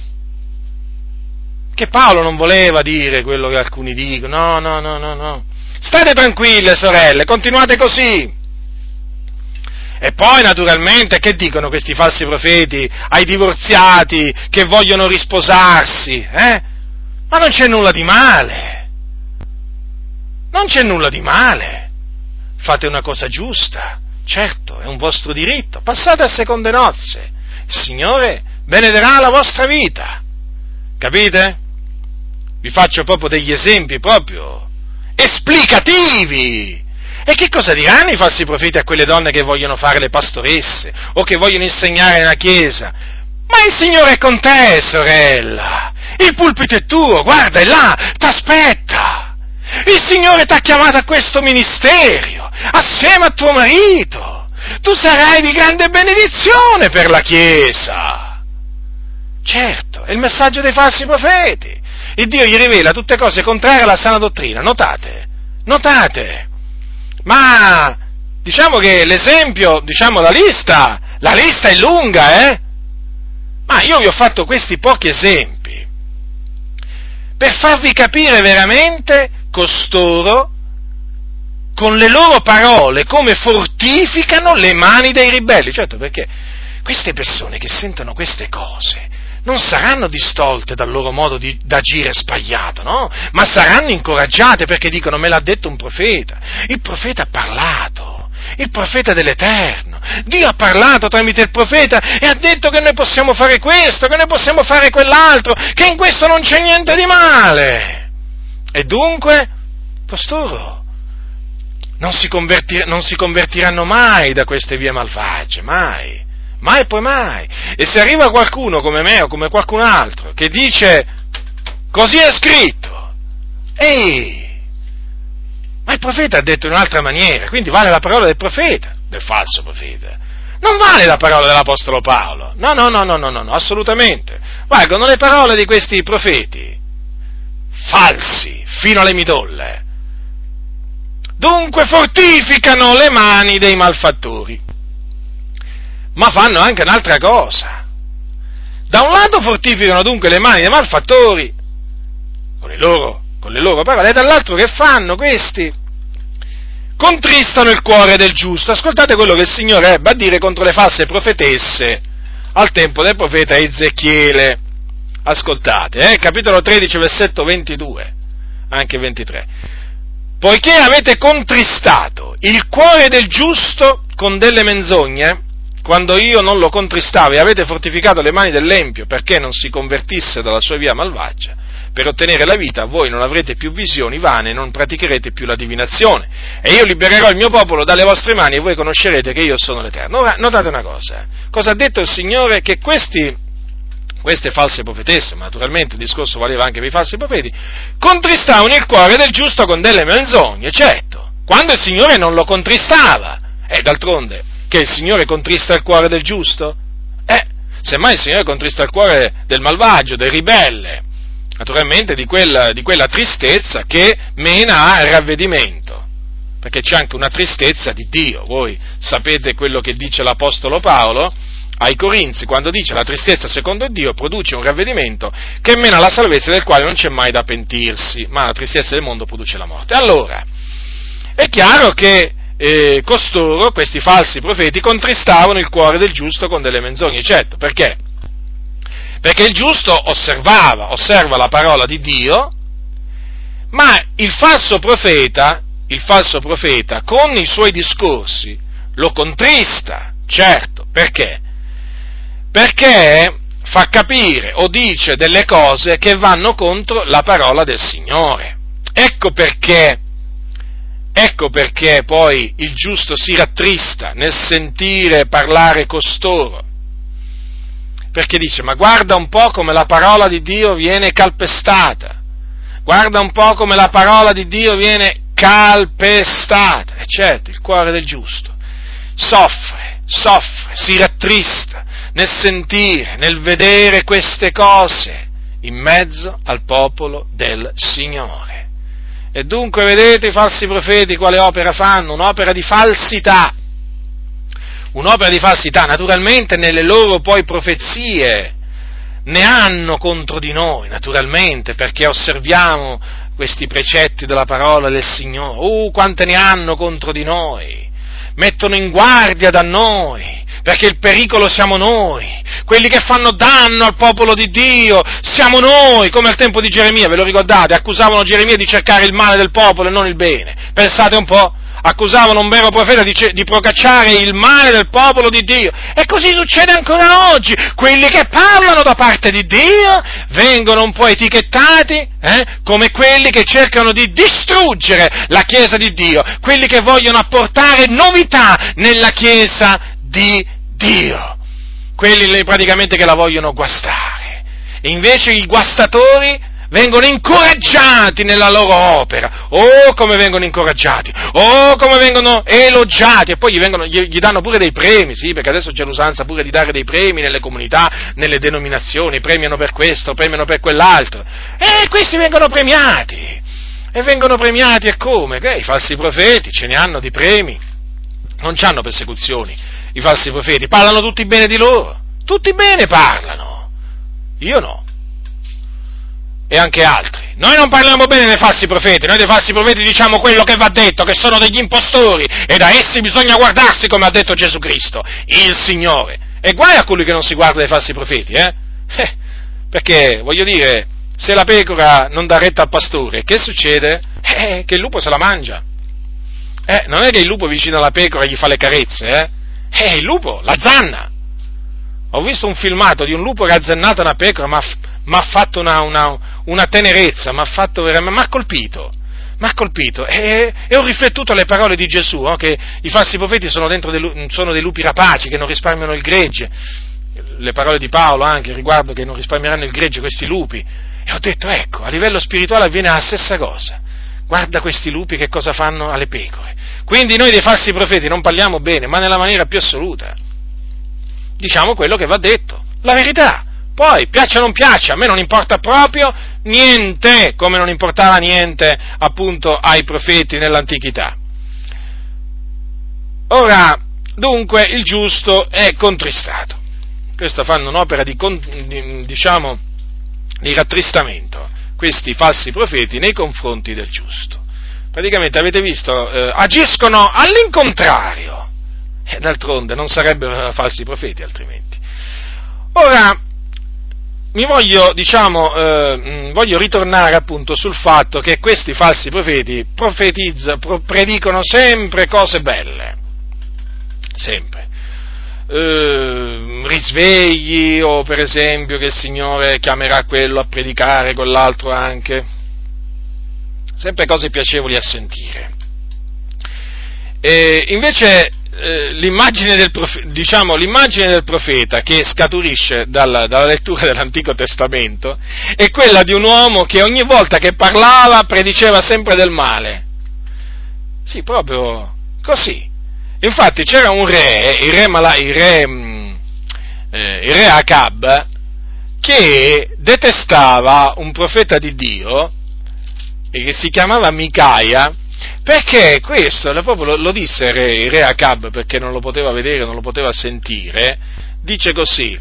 S1: Paolo non voleva dire quello che alcuni dicono, no. State tranquille, sorelle, continuate così. E poi, naturalmente, che dicono questi falsi profeti ai divorziati che vogliono risposarsi? Ma non c'è nulla di male. Non c'è nulla di male. Fate una cosa giusta, certo, è un vostro diritto. Passate a seconde nozze. Il Signore benederà la vostra vita. Capite? Vi faccio proprio degli esempi proprio esplicativi. E che cosa diranno i falsi profeti a quelle donne che vogliono fare le pastoresse o che vogliono insegnare nella chiesa? Ma il Signore è con te, sorella. Il pulpito è tuo, guarda, è là, t'aspetta. Il Signore t'ha chiamato a questo ministero, assieme a tuo marito. Tu sarai di grande benedizione per la chiesa. Certo, è il messaggio dei falsi profeti. Il Dio gli rivela tutte cose contrarie alla sana dottrina, notate. Ma diciamo che l'esempio, la lista è lunga, Ma io vi ho fatto questi pochi esempi per farvi capire veramente costoro, con le loro parole, come fortificano le mani dei ribelli. Certo, perché queste persone che sentono queste cose non saranno distolte dal loro modo d'agire sbagliato, no? Ma saranno incoraggiate perché dicono: me l'ha detto un profeta, il profeta ha parlato, il profeta dell'Eterno, Dio ha parlato tramite il profeta e ha detto che noi possiamo fare questo, che noi possiamo fare quell'altro, che in questo non c'è niente di male. E dunque, costoro non si convertiranno mai da queste vie malvagie, mai e poi mai. E se arriva qualcuno come me o come qualcun altro che dice: così è scritto, ma il profeta ha detto in un'altra maniera, quindi vale la parola del profeta, del falso profeta, non vale la parola dell'apostolo Paolo, no, assolutamente, valgono le parole di questi profeti falsi fino alle midolle. Dunque fortificano le mani dei malfattori. Ma fanno anche un'altra cosa. Da un lato fortificano dunque le mani dei malfattori con le loro parole, e dall'altro che fanno questi? Contristano il cuore del giusto. Ascoltate quello che il Signore ebbe a dire contro le false profetesse al tempo del profeta Ezechiele. Ascoltate, capitolo 13, versetto 22, anche 23. Poiché avete contristato il cuore del giusto con delle menzogne, quando io non lo contristavo, e avete fortificato le mani dell'empio perché non si convertisse dalla sua via malvagia, per ottenere la vita voi non avrete più visioni vane e non praticherete più la divinazione, e io libererò il mio popolo dalle vostre mani e voi conoscerete che io sono l'Eterno. Ora, notate una cosa, cosa ha detto il Signore? Che queste false profetesse, ma naturalmente il discorso valeva anche per i falsi profeti, contristavano il cuore del giusto con delle menzogne, certo, quando il Signore non lo contristava, d'altronde, che il Signore contrista il cuore del giusto? Semmai il Signore contrista il cuore del malvagio, del ribelle, naturalmente di quella tristezza che mena al ravvedimento, perché c'è anche una tristezza di Dio. Voi sapete quello che dice l'Apostolo Paolo ai Corinzi, quando dice la tristezza secondo Dio produce un ravvedimento che mena alla salvezza, del quale non c'è mai da pentirsi, ma la tristezza del mondo produce la morte. Allora, è chiaro che costoro, questi falsi profeti, contristavano il cuore del giusto con delle menzogne. Certo, perché? Perché il giusto osserva la parola di Dio, ma il falso profeta con i suoi discorsi lo contrista. Certo, perché? Perché fa capire o dice delle cose che vanno contro la parola del Signore. Ecco perché poi il giusto si rattrista nel sentire parlare costoro, perché dice: ma guarda un po' come la parola di Dio viene calpestata, guarda un po' come la parola di Dio viene calpestata. E certo, il cuore del giusto soffre, si rattrista nel sentire, nel vedere queste cose in mezzo al popolo del Signore. E dunque vedete i falsi profeti quale opera fanno? Un'opera di falsità, naturalmente nelle loro poi profezie ne hanno contro di noi, naturalmente, perché osserviamo questi precetti della parola del Signore. Quante ne hanno contro di noi! Mettono in guardia da noi, perché il pericolo siamo noi, quelli che fanno danno al popolo di Dio siamo noi, come al tempo di Geremia, ve lo ricordate? Accusavano Geremia di cercare il male del popolo e non il bene. Pensate un po', accusavano un vero profeta di procacciare il male del popolo di Dio, e così succede ancora oggi. Quelli che parlano da parte di Dio vengono un po' etichettati come quelli che cercano di distruggere la Chiesa di Dio, quelli che vogliono apportare novità nella Chiesa di Dio, quelli praticamente che la vogliono guastare. E invece i guastatori vengono incoraggiati nella loro opera. Come vengono incoraggiati, come vengono elogiati, e poi gli danno pure dei premi, sì, perché adesso c'è l'usanza pure di dare dei premi nelle comunità, nelle denominazioni, premiano per questo, premiano per quell'altro, e questi vengono premiati, e come? Che i falsi profeti ce ne hanno di premi, non c'hanno persecuzioni, i falsi profeti parlano tutti bene di loro, tutti bene parlano, io no. E anche altri. Noi non parliamo bene dei falsi profeti, noi dei falsi profeti diciamo quello che va detto, che sono degli impostori, e da essi bisogna guardarsi, come ha detto Gesù Cristo, il Signore. E guai a colui che non si guarda dei falsi profeti, perché, voglio dire, se la pecora non dà retta al pastore, che succede? Che il lupo se la mangia. Non è che il lupo vicino alla pecora gli fa le carezze, il lupo la zanna. Ho visto un filmato di un lupo che ha zannato una pecora, ma ha fatto una tenerezza, mi ha colpito, e ho riflettuto alle parole di Gesù, che i falsi profeti sono dei lupi rapaci che non risparmiano il gregge, le parole di Paolo anche riguardo che non risparmieranno il gregge questi lupi, e ho detto, ecco, a livello spirituale avviene la stessa cosa. Guarda questi lupi che cosa fanno alle pecore. Quindi noi dei falsi profeti non parliamo bene, ma nella maniera più assoluta. Diciamo quello che va detto, la verità. Poi, piaccia o non piaccia, a me non importa proprio niente, come non importava niente appunto ai profeti nell'antichità. Ora, dunque, il giusto è contristato. Questo fanno un'opera di rattristamento, questi falsi profeti nei confronti del giusto. Praticamente, avete visto, agiscono all'incontrario, e d'altronde non sarebbero falsi profeti altrimenti. Ora, voglio ritornare appunto sul fatto che questi falsi profeti predicano sempre cose belle, sempre. Risvegli, o per esempio che il Signore chiamerà quello a predicare, quell'altro anche, sempre cose piacevoli a sentire. E invece l'immagine del profeta che scaturisce dalla lettura dell'Antico Testamento è quella di un uomo che ogni volta che parlava prediceva sempre del male. Sì, proprio così. Infatti c'era un re, il re Acab, che detestava un profeta di Dio che si chiamava Micaia, perché questo, proprio lo disse il re Acab, perché non lo poteva vedere, non lo poteva sentire, dice così,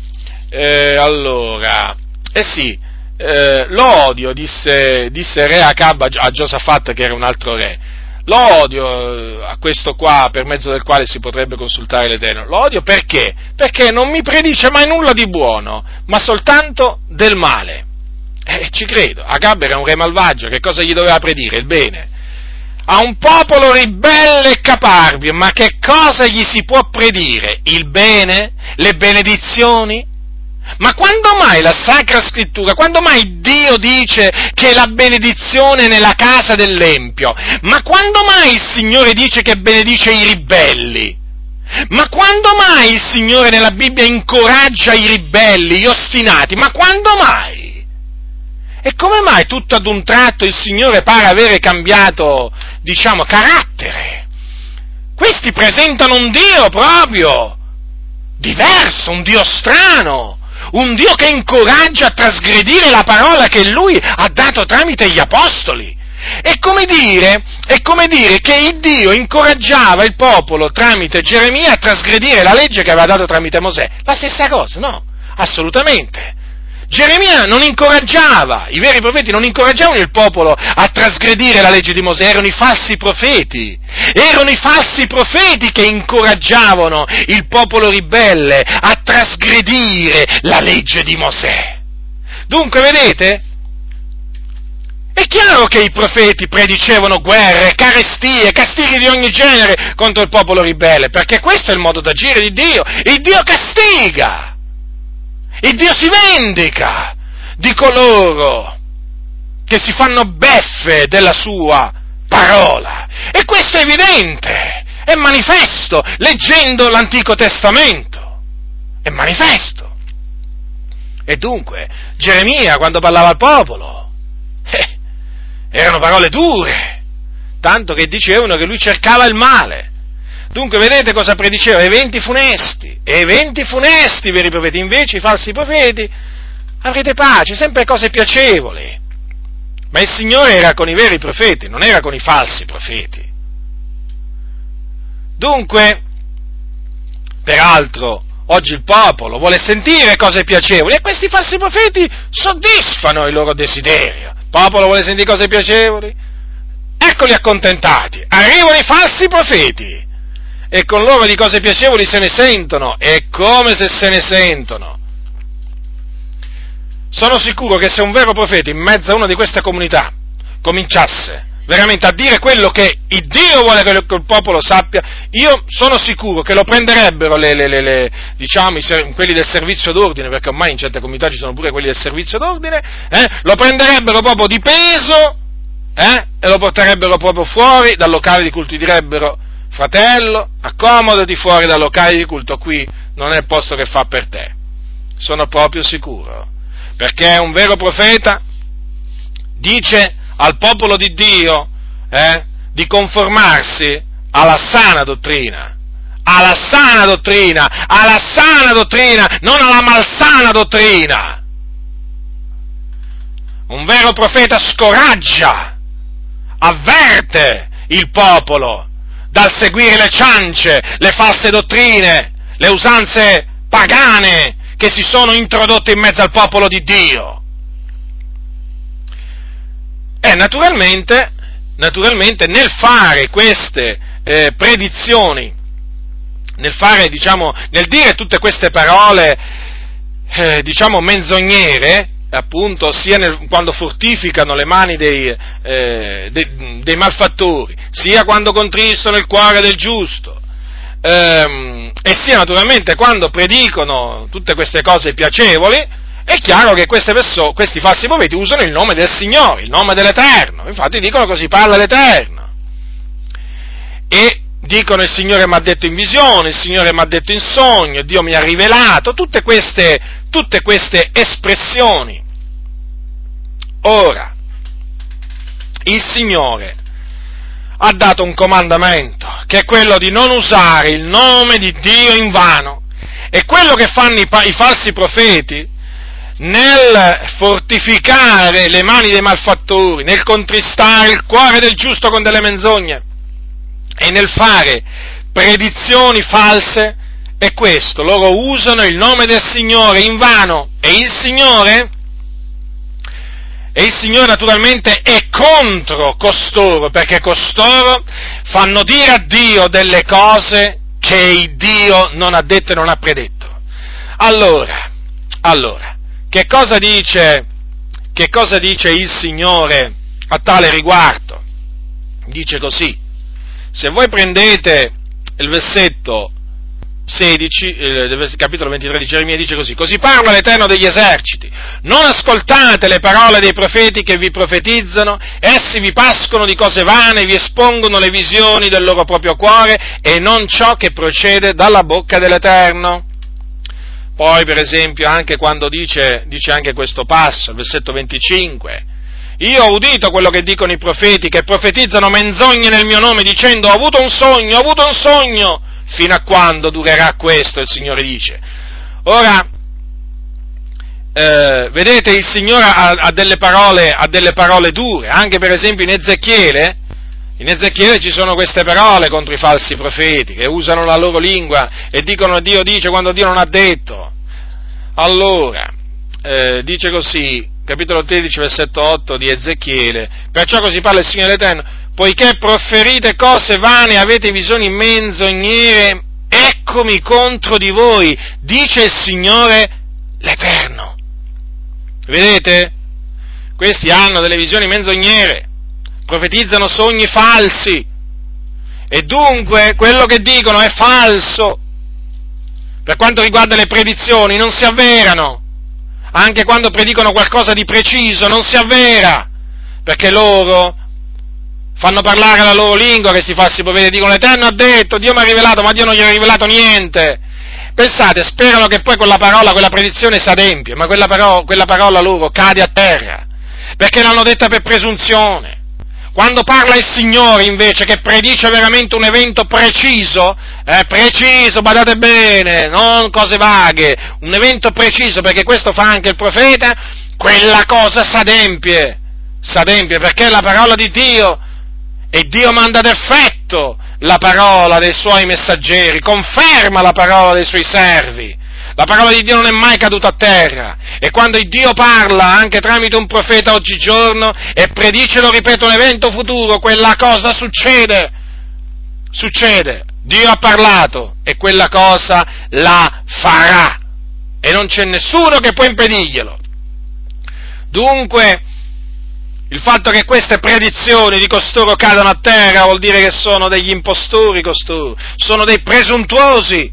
S1: lo odio, disse re Acab a Giosafat, che era un altro re, lo odio a questo qua, per mezzo del quale si potrebbe consultare l'Eterno. Lo odio perché? Perché non mi predice mai nulla di buono, ma soltanto del male. Ci credo, Acab era un re malvagio, che cosa gli doveva predire? Il bene. A un popolo ribelle e caparbio, ma che cosa gli si può predire? Il bene? Le benedizioni? Ma quando mai la Sacra Scrittura, quando mai Dio dice che la benedizione è nella casa dell'empio? Ma quando mai il Signore dice che benedice i ribelli? Ma quando mai il Signore nella Bibbia incoraggia i ribelli, gli ostinati? Ma quando mai? E come mai tutto ad un tratto il Signore pare avere cambiato, carattere? Questi presentano un Dio proprio diverso, un Dio strano, un Dio che incoraggia a trasgredire la parola che Lui ha dato tramite gli apostoli. È come dire che il Dio incoraggiava il popolo tramite Geremia a trasgredire la legge che aveva dato tramite Mosè. La stessa cosa? No, assolutamente. Geremia non incoraggiava, i veri profeti non incoraggiavano il popolo a trasgredire la legge di Mosè, erano i falsi profeti che incoraggiavano il popolo ribelle a trasgredire la legge di Mosè. Dunque, vedete? È chiaro che i profeti predicevano guerre, carestie, castighi di ogni genere contro il popolo ribelle, perché questo è il modo d'agire di Dio. Il Dio castiga. Il Dio si vendica di coloro che si fanno beffe della sua parola. E questo è evidente, è manifesto, leggendo l'Antico Testamento. È manifesto. E dunque, Geremia, quando parlava al popolo, erano parole dure, tanto che dicevano che lui cercava il male. Dunque, vedete cosa prediceva? Eventi funesti, veri profeti. Invece i falsi profeti, avrete pace, sempre cose piacevoli. Ma il Signore era con i veri profeti, non era con i falsi profeti. Dunque, peraltro, oggi il popolo vuole sentire cose piacevoli e questi falsi profeti soddisfano il loro desiderio. Il popolo vuole sentire cose piacevoli? Eccoli accontentati. Arrivano i falsi profeti. E con loro di cose piacevoli se ne sentono, è come se se ne sentono. Sono sicuro che se un vero profeta in mezzo a una di queste comunità cominciasse veramente a dire quello che il Dio vuole che il popolo sappia, io sono sicuro che lo prenderebbero quelli del servizio d'ordine, perché ormai in certe comunità ci sono pure quelli del servizio d'ordine, lo prenderebbero proprio di peso, e lo porterebbero proprio fuori dal locale di culto, direbbero: fratello, accomodati fuori dal locale di culto, qui non è il posto che fa per te. Sono proprio sicuro, perché un vero profeta dice al popolo di Dio di conformarsi alla sana dottrina, non alla malsana dottrina. Un vero profeta scoraggia, avverte il popolo dal seguire le ciance, le false dottrine, le usanze pagane che si sono introdotte in mezzo al popolo di Dio. E naturalmente nel fare queste predizioni, nel dire tutte queste parole, menzognere, appunto, sia quando fortificano le mani dei malfattori, sia quando contristano il cuore del giusto, e sia naturalmente quando predicano tutte queste cose piacevoli, è chiaro che questi falsi profeti usano il nome del Signore, il nome dell'Eterno. Infatti dicono: così parla l'Eterno. E dicono: il Signore mi ha detto in visione, il Signore mi ha detto in sogno, Dio mi ha rivelato, tutte queste espressioni. Ora, il Signore ha dato un comandamento, che è quello di non usare il nome di Dio in vano, e quello che fanno i falsi profeti nel fortificare le mani dei malfattori, nel contristare il cuore del giusto con delle menzogne e nel fare predizioni false, è questo: loro usano il nome del Signore invano, e il Signore naturalmente è contro costoro, perché costoro fanno dire a Dio delle cose che il Dio non ha detto e non ha predetto. Allora, che cosa dice il Signore a tale riguardo? Dice così: se voi prendete il versetto 16, del capitolo 23 di Geremia, dice così: così parla l'Eterno degli eserciti, non ascoltate le parole dei profeti che vi profetizzano, essi vi pascono di cose vane, vi espongono le visioni del loro proprio cuore e non ciò che procede dalla bocca dell'Eterno. Poi, per esempio, anche quando dice anche questo passo, il versetto 25, io ho udito quello che dicono i profeti, che profetizzano menzogne nel mio nome, dicendo ho avuto un sogno, fino a quando durerà questo, il Signore dice. Ora, vedete, il Signore ha delle parole dure, anche per esempio in Ezechiele ci sono queste parole contro i falsi profeti, che usano la loro lingua e dicono Dio dice quando Dio non ha detto. Allora, dice così, capitolo 13, versetto 8 di Ezechiele: perciò così parla il Signore l'Eterno, poiché profferite cose vane, avete visioni menzognere, eccomi contro di voi, dice il Signore l'Eterno. Vedete? Questi hanno delle visioni menzognere, profetizzano sogni falsi, e dunque quello che dicono è falso. Per quanto riguarda le predizioni, non si avverano. Anche quando predicono qualcosa di preciso, non si avvera, perché loro fanno parlare la loro lingua, questi falsi profeti, dicono l'Eterno ha detto, Dio mi ha rivelato, ma Dio non gli ha rivelato niente. Pensate, sperano che poi quella predizione si adempie, ma quella parola loro cade a terra, perché l'hanno detta per presunzione. Quando parla il Signore, invece, che predice veramente un evento preciso, badate bene, non cose vaghe, un evento preciso, perché questo fa anche il profeta, quella cosa s'adempie, perché è la parola di Dio, e Dio manda ad effetto la parola dei suoi messaggeri, conferma la parola dei suoi servi. La parola di Dio non è mai caduta a terra, e quando il Dio parla anche tramite un profeta oggigiorno e predice, lo ripeto, un evento futuro, quella cosa succede. Dio ha parlato e quella cosa la farà, e non c'è nessuno che può impedirglielo. Dunque, il fatto che queste predizioni di costoro cadano a terra vuol dire che sono degli impostori costoro, sono dei presuntuosi.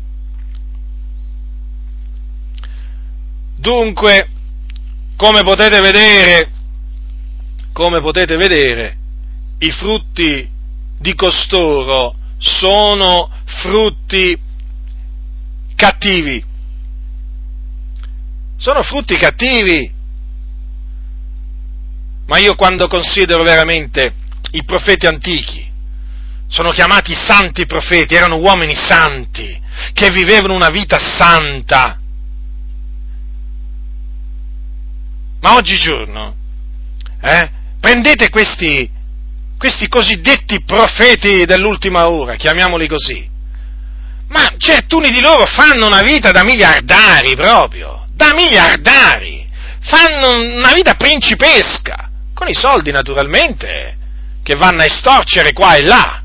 S1: Dunque, come potete vedere, i frutti di costoro sono frutti cattivi. Sono frutti cattivi. Ma io quando considero veramente i profeti antichi, sono chiamati santi profeti, erano uomini santi, che vivevano una vita santa. Ma oggigiorno, prendete questi cosiddetti profeti dell'ultima ora, chiamiamoli così, ma certuni di loro fanno una vita da miliardari proprio, fanno una vita principesca, con i soldi naturalmente, che vanno a estorcere qua e là.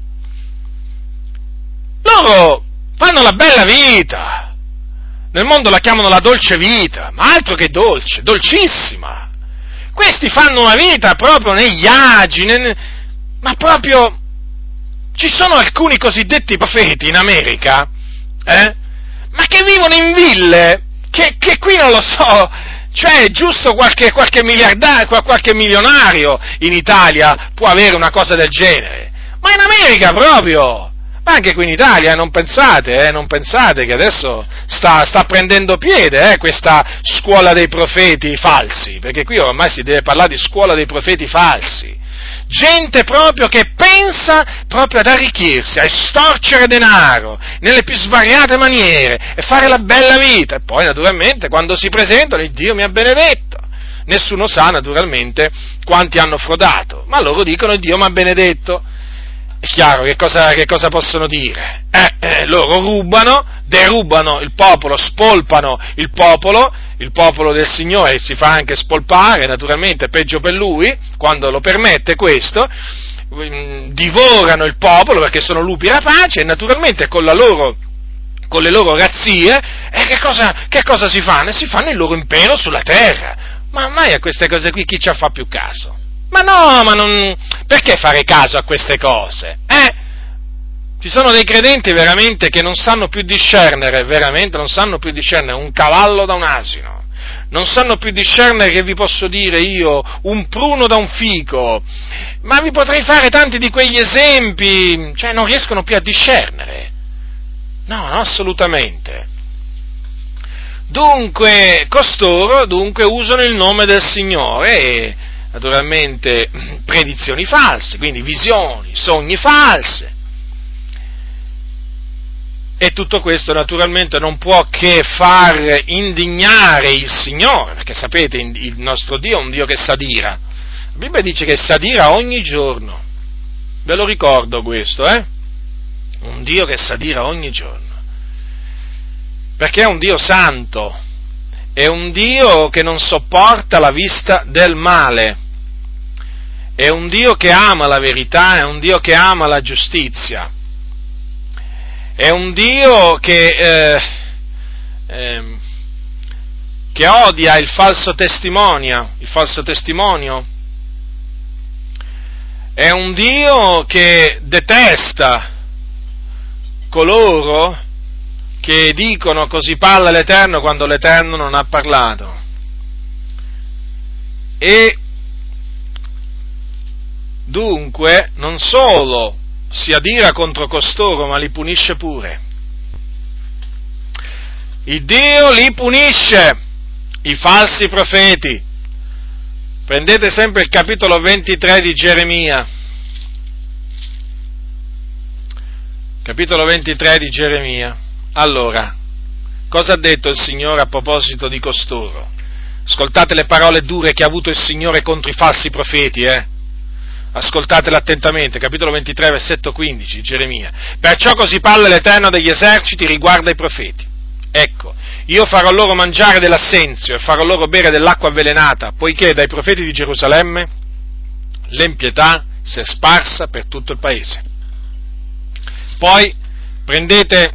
S1: Loro fanno la bella vita. Nel mondo la chiamano la dolce vita, ma altro che dolce, dolcissima. Questi fanno una vita proprio negli agi, ma proprio ci sono alcuni cosiddetti profeti in America, ma che vivono in ville, che qui non lo so, cioè giusto qualche miliardario, qualche milionario in Italia può avere una cosa del genere, ma in America proprio. Ma anche qui in Italia, non pensate che adesso sta prendendo piede questa scuola dei profeti falsi, perché qui ormai si deve parlare di scuola dei profeti falsi. Gente proprio che pensa proprio ad arricchirsi, a estorcere denaro nelle più svariate maniere e fare la bella vita, e poi naturalmente quando si presentano il Dio mi ha benedetto. Nessuno sa naturalmente quanti hanno frodato, ma loro dicono il Dio mi ha benedetto. è chiaro che cosa possono dire? Loro derubano il popolo, spolpano il popolo del Signore si fa anche spolpare, naturalmente è peggio per lui, quando lo permette questo, divorano il popolo perché sono lupi rapaci e naturalmente con le loro razzie, che cosa si fanno? Si fanno il loro impero sulla terra. Ma mai a queste cose qui chi ci fa più caso? Ma no, perché fare caso a queste cose? Ci sono dei credenti veramente che non sanno più discernere un cavallo da un asino. Non sanno più discernere, che vi posso dire io, un pruno da un fico, ma vi potrei fare tanti di quegli esempi, cioè non riescono più a discernere, no, assolutamente. Dunque, costoro usano il nome del Signore e naturalmente predizioni false, quindi visioni, sogni false. E tutto questo naturalmente non può che far indignare il Signore, perché sapete, il nostro Dio è un Dio che s'adira. La Bibbia dice che s'adira ogni giorno. Ve lo ricordo questo, Un Dio che s'adira ogni giorno. Perché è un Dio santo, è un Dio che non sopporta la vista del male, è un Dio che ama la verità, è un Dio che ama la giustizia. È un Dio che odia il falso testimonio. È un Dio che detesta coloro che dicono così parla l'Eterno quando l'Eterno non ha parlato. E dunque non solo si adira contro costoro, ma li punisce pure. Il Dio li punisce, i falsi profeti. Prendete sempre il capitolo 23 di Geremia. Capitolo 23 di Geremia. Allora, cosa ha detto il Signore a proposito di costoro? Ascoltate le parole dure che ha avuto il Signore contro i falsi profeti, Ascoltatele attentamente, capitolo 23, versetto 15, Geremia. Perciò così parla l'Eterno degli eserciti riguardo ai profeti. Ecco, io farò loro mangiare dell'assenzio e farò loro bere dell'acqua avvelenata, poiché dai profeti di Gerusalemme l'impietà si è sparsa per tutto il paese. Poi prendete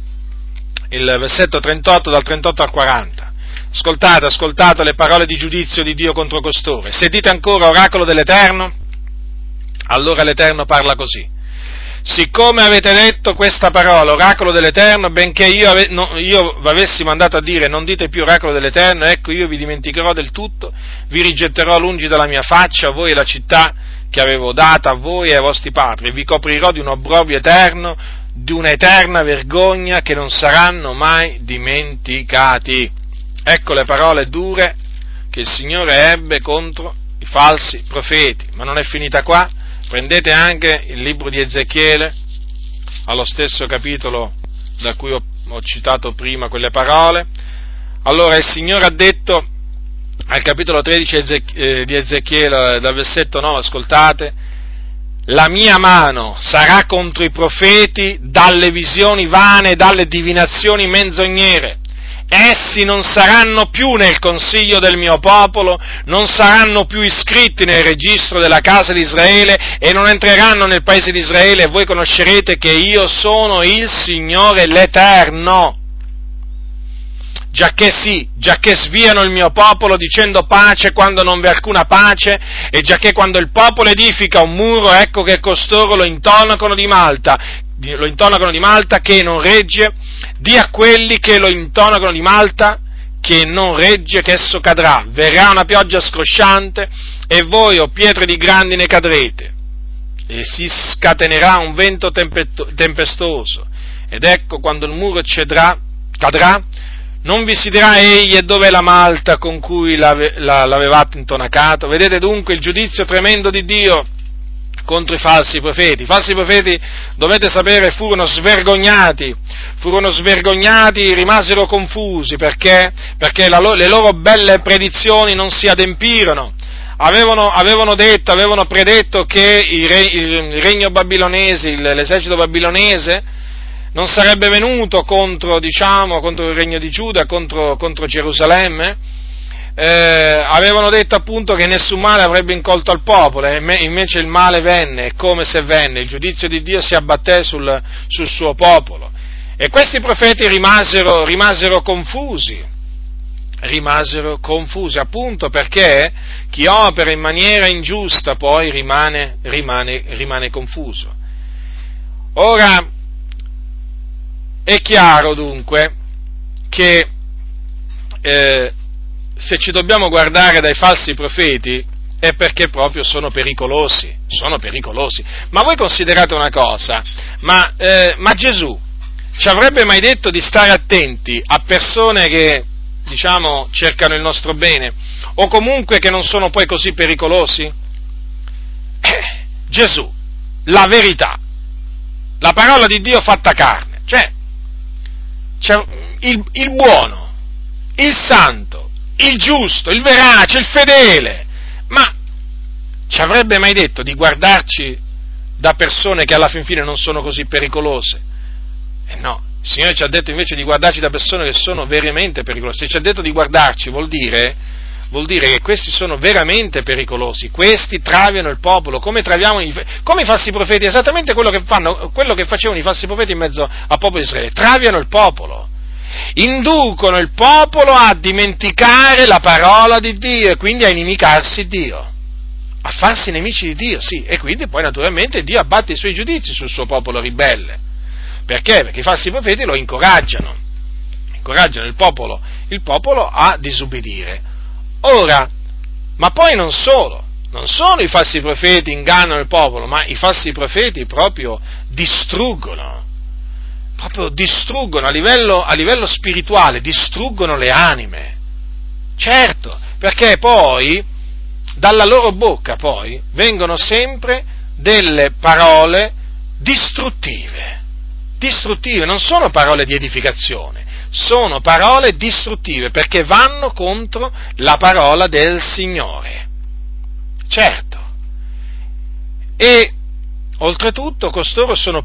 S1: il versetto 38, dal 38 al 40. Ascoltate le parole di giudizio di Dio contro costoro. Se dite ancora oracolo dell'Eterno, allora l'Eterno parla così: siccome avete detto questa parola, oracolo dell'Eterno, benché io vi avessi mandato a dire non dite più oracolo dell'Eterno, ecco io vi dimenticherò del tutto, vi rigetterò lungi dalla mia faccia, a voi e la città che avevo data a voi e ai vostri padri, e vi coprirò di un obbrobrio eterno, di una eterna vergogna che non saranno mai dimenticati. Ecco le parole dure che il Signore ebbe contro i falsi profeti, ma non è finita qua. Prendete anche il libro di Ezechiele, allo stesso capitolo da cui ho citato prima quelle parole. Allora il Signore ha detto al capitolo 13 di Ezechiele, dal versetto 9, ascoltate: la mia mano sarà contro i profeti dalle visioni vane e dalle divinazioni menzognere. Essi non saranno più nel consiglio del mio popolo, non saranno più iscritti nel registro della casa di Israele e non entreranno nel paese di Israele, e voi conoscerete che io sono il Signore l'Eterno. Giacché sviano il mio popolo dicendo pace quando non v'è alcuna pace, e giacché quando il popolo edifica un muro, ecco che costoro lo intonacano di malta che non regge, di a quelli che lo intonacano di malta che non regge che esso cadrà. Verrà una pioggia scrosciante e voi, o pietre di grandine, cadrete, e si scatenerà un vento tempestoso, ed ecco quando il muro cadrà, non vi si dirà egli e dov'è la malta con cui l'avevate intonacato. Vedete dunque il giudizio tremendo di Dio contro i falsi profeti. I falsi profeti, dovete sapere, furono svergognati, rimasero confusi, perché le loro belle predizioni non si adempirono. avevano predetto che il regno babilonese, l'esercito babilonese, non sarebbe venuto contro il regno di Giuda, contro Gerusalemme. Avevano detto appunto che nessun male avrebbe incolto al popolo, e invece il male venne, e come se venne, il giudizio di Dio si abbatté sul suo popolo, e questi profeti rimasero confusi appunto perché chi opera in maniera ingiusta poi rimane confuso. Ora, è chiaro dunque che se ci dobbiamo guardare dai falsi profeti è perché proprio sono pericolosi. Ma voi considerate una cosa, ma Gesù ci avrebbe mai detto di stare attenti a persone che, cercano il nostro bene, o comunque che non sono poi così pericolosi? Gesù, la verità, la parola di Dio fatta carne, cioè il buono, il santo, il giusto, il verace, il fedele, ma ci avrebbe mai detto di guardarci da persone che alla fin fine non sono così pericolose? No, il Signore ci ha detto invece di guardarci da persone che sono veramente pericolose. Se ci ha detto di guardarci vuol dire che questi sono veramente pericolosi, questi traviano il popolo, come i falsi profeti, esattamente quello che facevano i falsi profeti in mezzo al popolo di Israele, traviano il popolo. Inducono il popolo a dimenticare la parola di Dio e quindi a inimicarsi Dio, a farsi nemici di Dio, sì, e quindi poi naturalmente Dio abbatte i suoi giudizi sul suo popolo ribelle. Perché? Perché i falsi profeti lo incoraggiano il popolo a disubbidire. Ora, ma poi non solo i falsi profeti ingannano il popolo, ma i falsi profeti proprio distruggono a livello spirituale, distruggono le anime. Certo, perché poi dalla loro bocca poi vengono sempre delle parole distruttive, non sono parole di edificazione, sono parole distruttive, perché vanno contro la parola del Signore. Certo. E oltretutto costoro sono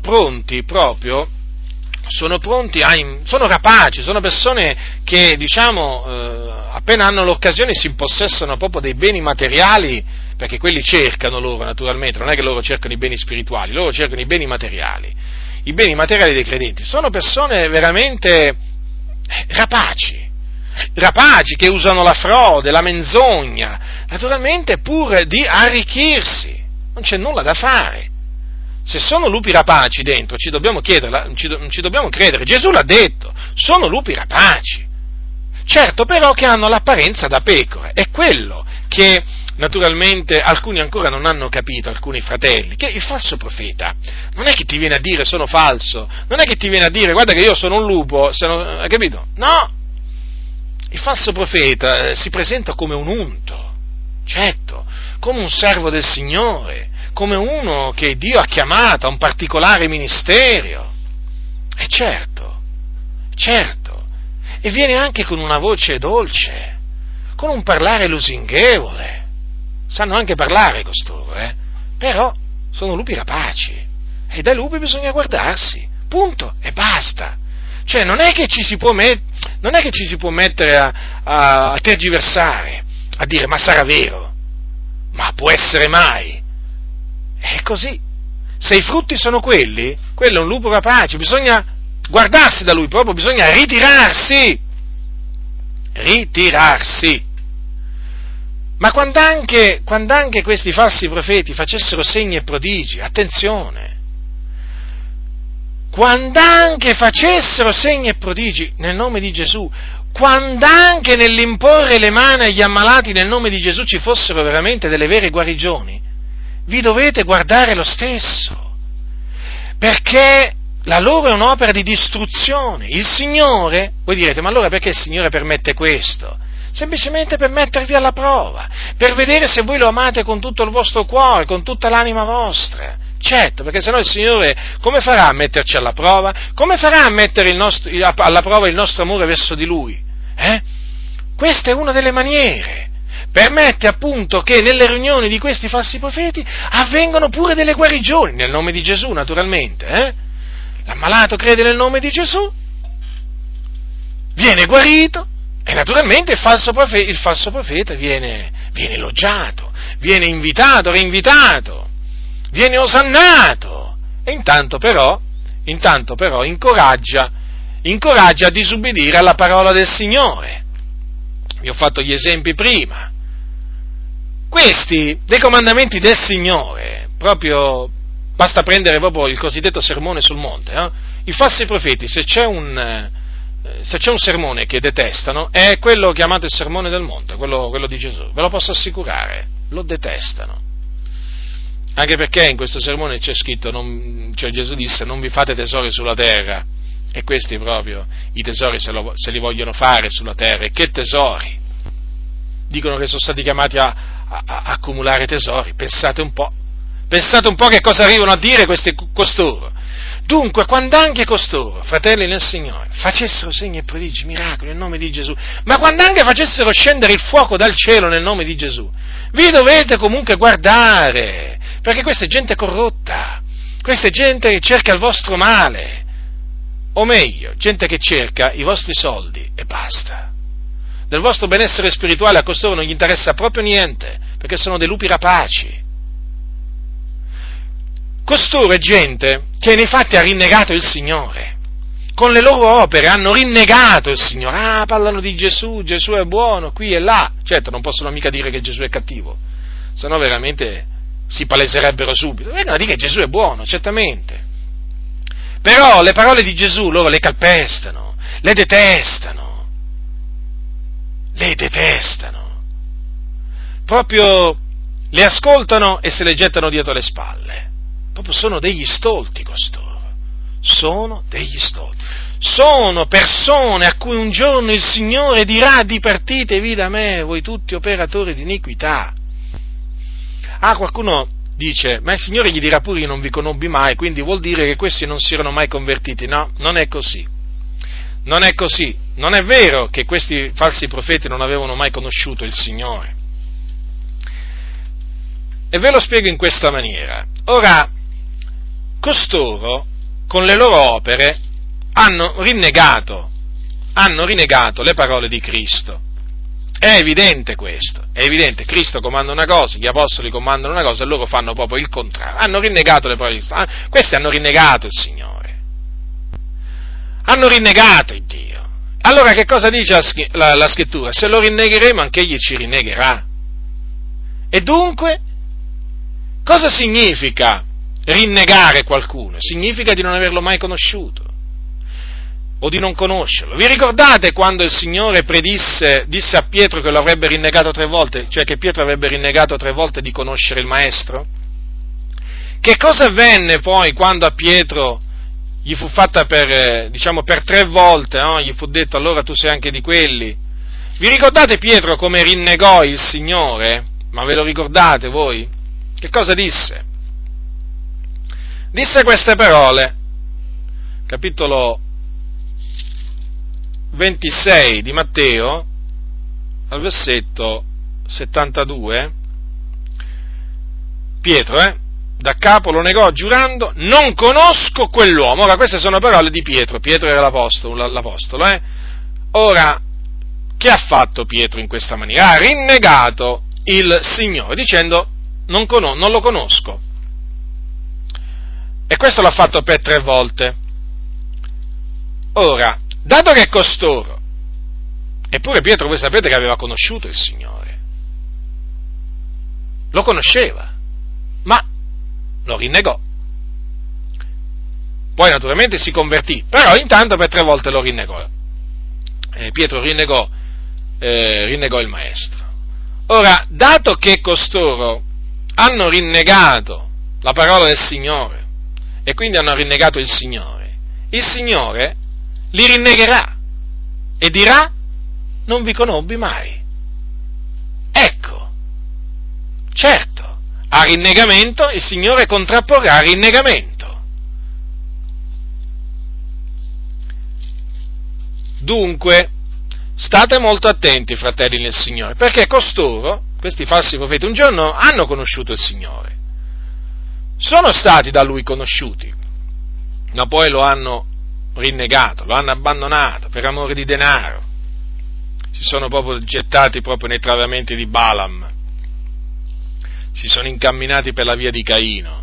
S1: rapaci, sono persone che, appena hanno l'occasione si impossessano proprio dei beni materiali, perché quelli cercano loro naturalmente, non è che loro cercano i beni spirituali, loro cercano i beni materiali dei credenti. Sono persone veramente rapaci che usano la frode, la menzogna, naturalmente pur di arricchirsi, non c'è nulla da fare. Se sono lupi rapaci dentro, ci dobbiamo credere, Gesù l'ha detto, sono lupi rapaci. Certo però che hanno l'apparenza da pecore, è quello che naturalmente alcuni ancora non hanno capito, alcuni fratelli, che il falso profeta non è che ti viene a dire sono falso, non è che ti viene a dire guarda che io sono un lupo, hai capito? No! Il falso profeta si presenta come un unto, certo, come un servo del Signore, come uno che Dio ha chiamato a un particolare ministero. E certo, e viene anche con una voce dolce, con un parlare lusinghevole. Sanno anche parlare costoro, però sono lupi rapaci, e dai lupi bisogna guardarsi, punto, e basta. Cioè non è che ci si può mettere a tergiversare, a dire ma sarà vero, ma può essere mai? È così. Se i frutti sono quello è un lupo rapace, bisogna guardarsi da lui, proprio bisogna ritirarsi. Ma quando anche questi falsi profeti facessero segni e prodigi, attenzione, quando anche facessero segni e prodigi nel nome di Gesù, quando anche nell'imporre le mani agli ammalati nel nome di Gesù ci fossero veramente delle vere guarigioni, vi dovete guardare lo stesso, perché la loro è un'opera di distruzione. Il Signore, voi direte, ma allora perché il Signore permette questo? Semplicemente per mettervi alla prova, per vedere se voi lo amate con tutto il vostro cuore, con tutta l'anima vostra. Certo, perché sennò il Signore come farà a metterci alla prova? Come farà a mettere alla prova il nostro amore verso di Lui? Questa è una delle maniere, permette appunto che nelle riunioni di questi falsi profeti avvengano pure delle guarigioni, nel nome di Gesù naturalmente. L'ammalato crede nel nome di Gesù, viene guarito e naturalmente il falso profeta viene elogiato, viene invitato, reinvitato, viene osannato e intanto però incoraggia a disubbidire alla parola del Signore. Vi ho fatto gli esempi prima. Questi, dei comandamenti del Signore, proprio, basta prendere proprio il cosiddetto sermone sul monte. I falsi profeti, se c'è un sermone che detestano, è quello chiamato il sermone del monte, quello di Gesù, ve lo posso assicurare, lo detestano. Anche perché in questo sermone c'è scritto, Gesù disse, non vi fate tesori sulla terra, e questi proprio, i tesori se li vogliono fare sulla terra, e che tesori? Dicono che sono stati chiamati a accumulare tesori, pensate un po' che cosa arrivano a dire costoro. Dunque, quando anche costoro, fratelli nel Signore, facessero segni e prodigi, miracoli nel nome di Gesù, ma quando anche facessero scendere il fuoco dal cielo nel nome di Gesù, vi dovete comunque guardare, perché questa è gente corrotta, questa è gente che cerca il vostro male, o meglio, gente che cerca i vostri soldi e basta. Del vostro benessere spirituale a costoro non gli interessa proprio niente, perché sono dei lupi rapaci. Costoro è gente che nei fatti ha rinnegato il Signore, con le loro opere hanno rinnegato il Signore, parlano di Gesù, Gesù è buono, qui e là, certo non possono mica dire che Gesù è cattivo, se no veramente si paleserebbero subito, vengono a dire che Gesù è buono, certamente, però le parole di Gesù loro le calpestano, le detestano, proprio le ascoltano e se le gettano dietro le spalle. Proprio sono degli stolti costoro, sono persone a cui un giorno il Signore dirà: dipartitevi da me, voi tutti operatori di iniquità. Qualcuno dice: ma il Signore gli dirà pure: io non vi conobbi mai, quindi vuol dire che questi non si erano mai convertiti. No, non è così, non è vero che questi falsi profeti non avevano mai conosciuto il Signore. E ve lo spiego in questa maniera. Ora, costoro, con le loro opere, hanno rinnegato le parole di Cristo. È evidente questo, è evidente. Cristo comanda una cosa, gli apostoli comandano una cosa e loro fanno proprio il contrario. Hanno rinnegato le parole di Cristo. Questi hanno rinnegato il Signore. Hanno rinnegato il Dio. Allora che cosa dice la Scrittura? Se lo rinnegheremo, anche Egli ci rinnegherà. E dunque, cosa significa rinnegare qualcuno? Significa di non averlo mai conosciuto o di non conoscerlo. Vi ricordate quando il Signore disse a Pietro che lo avrebbe rinnegato 3 volte, cioè che Pietro avrebbe rinnegato 3 volte di conoscere il Maestro? Che cosa avvenne poi quando a Pietro gli fu fatta per 3 volte, no? Gli fu detto: allora tu sei anche di quelli? Vi ricordate Pietro come rinnegò il Signore? Ma ve lo ricordate voi? Che cosa disse? Disse queste parole, capitolo 26 di Matteo, al versetto 72, Pietro, da capo lo negò giurando: non conosco quell'uomo. Ora, queste sono parole di Pietro era l'apostolo. Ora, che ha fatto Pietro in questa maniera? Ha rinnegato il Signore, dicendo: non lo conosco. E questo l'ha fatto per 3 volte. Ora, dato che costoro, eppure Pietro, voi sapete che aveva conosciuto il Signore, lo conosceva, ma lo rinnegò. Poi naturalmente si convertì, però intanto per 3 volte lo rinnegò. Pietro rinnegò il Maestro. Ora, dato che costoro hanno rinnegato la parola del Signore e quindi hanno rinnegato il Signore li rinnegherà e dirà: non vi conobbi mai. Ecco, certo, a rinnegamento il Signore contrapporrà rinnegamento. Dunque, state molto attenti, fratelli nel Signore, perché costoro, questi falsi profeti, un giorno hanno conosciuto il Signore, sono stati da Lui conosciuti, ma poi lo hanno rinnegato, lo hanno abbandonato per amore di denaro, si sono proprio gettati proprio nei traviamenti di Balaam, si sono incamminati per la via di Caino,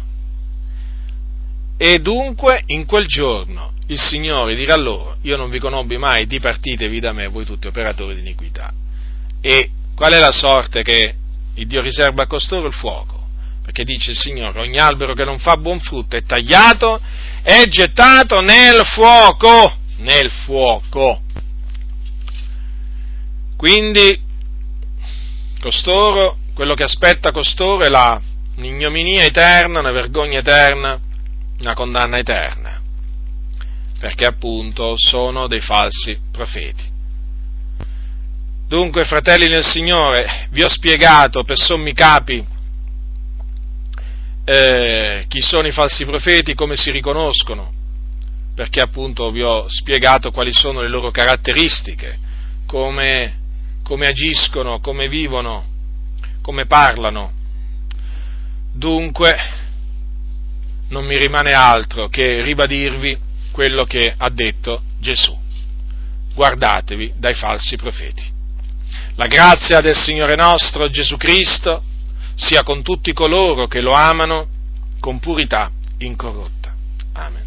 S1: e dunque in quel giorno il Signore dirà loro: io non vi conobbi mai, dipartitevi da me, voi tutti operatori di iniquità. E qual è la sorte che il Dio riserva a costoro? Il fuoco, perché dice il Signore: ogni albero che non fa buon frutto è tagliato e gettato nel fuoco, Quindi costoro, quello che aspetta costoro è un'ignominia eterna, una vergogna eterna, una condanna eterna, perché appunto sono dei falsi profeti. Dunque, fratelli nel Signore, vi ho spiegato per sommi capi chi sono i falsi profeti, come si riconoscono, perché appunto vi ho spiegato quali sono le loro caratteristiche, come agiscono, come vivono, come parlano. Dunque, non mi rimane altro che ribadirvi quello che ha detto Gesù: guardatevi dai falsi profeti. La grazia del Signore nostro Gesù Cristo sia con tutti coloro che lo amano con purità incorrotta. Amen.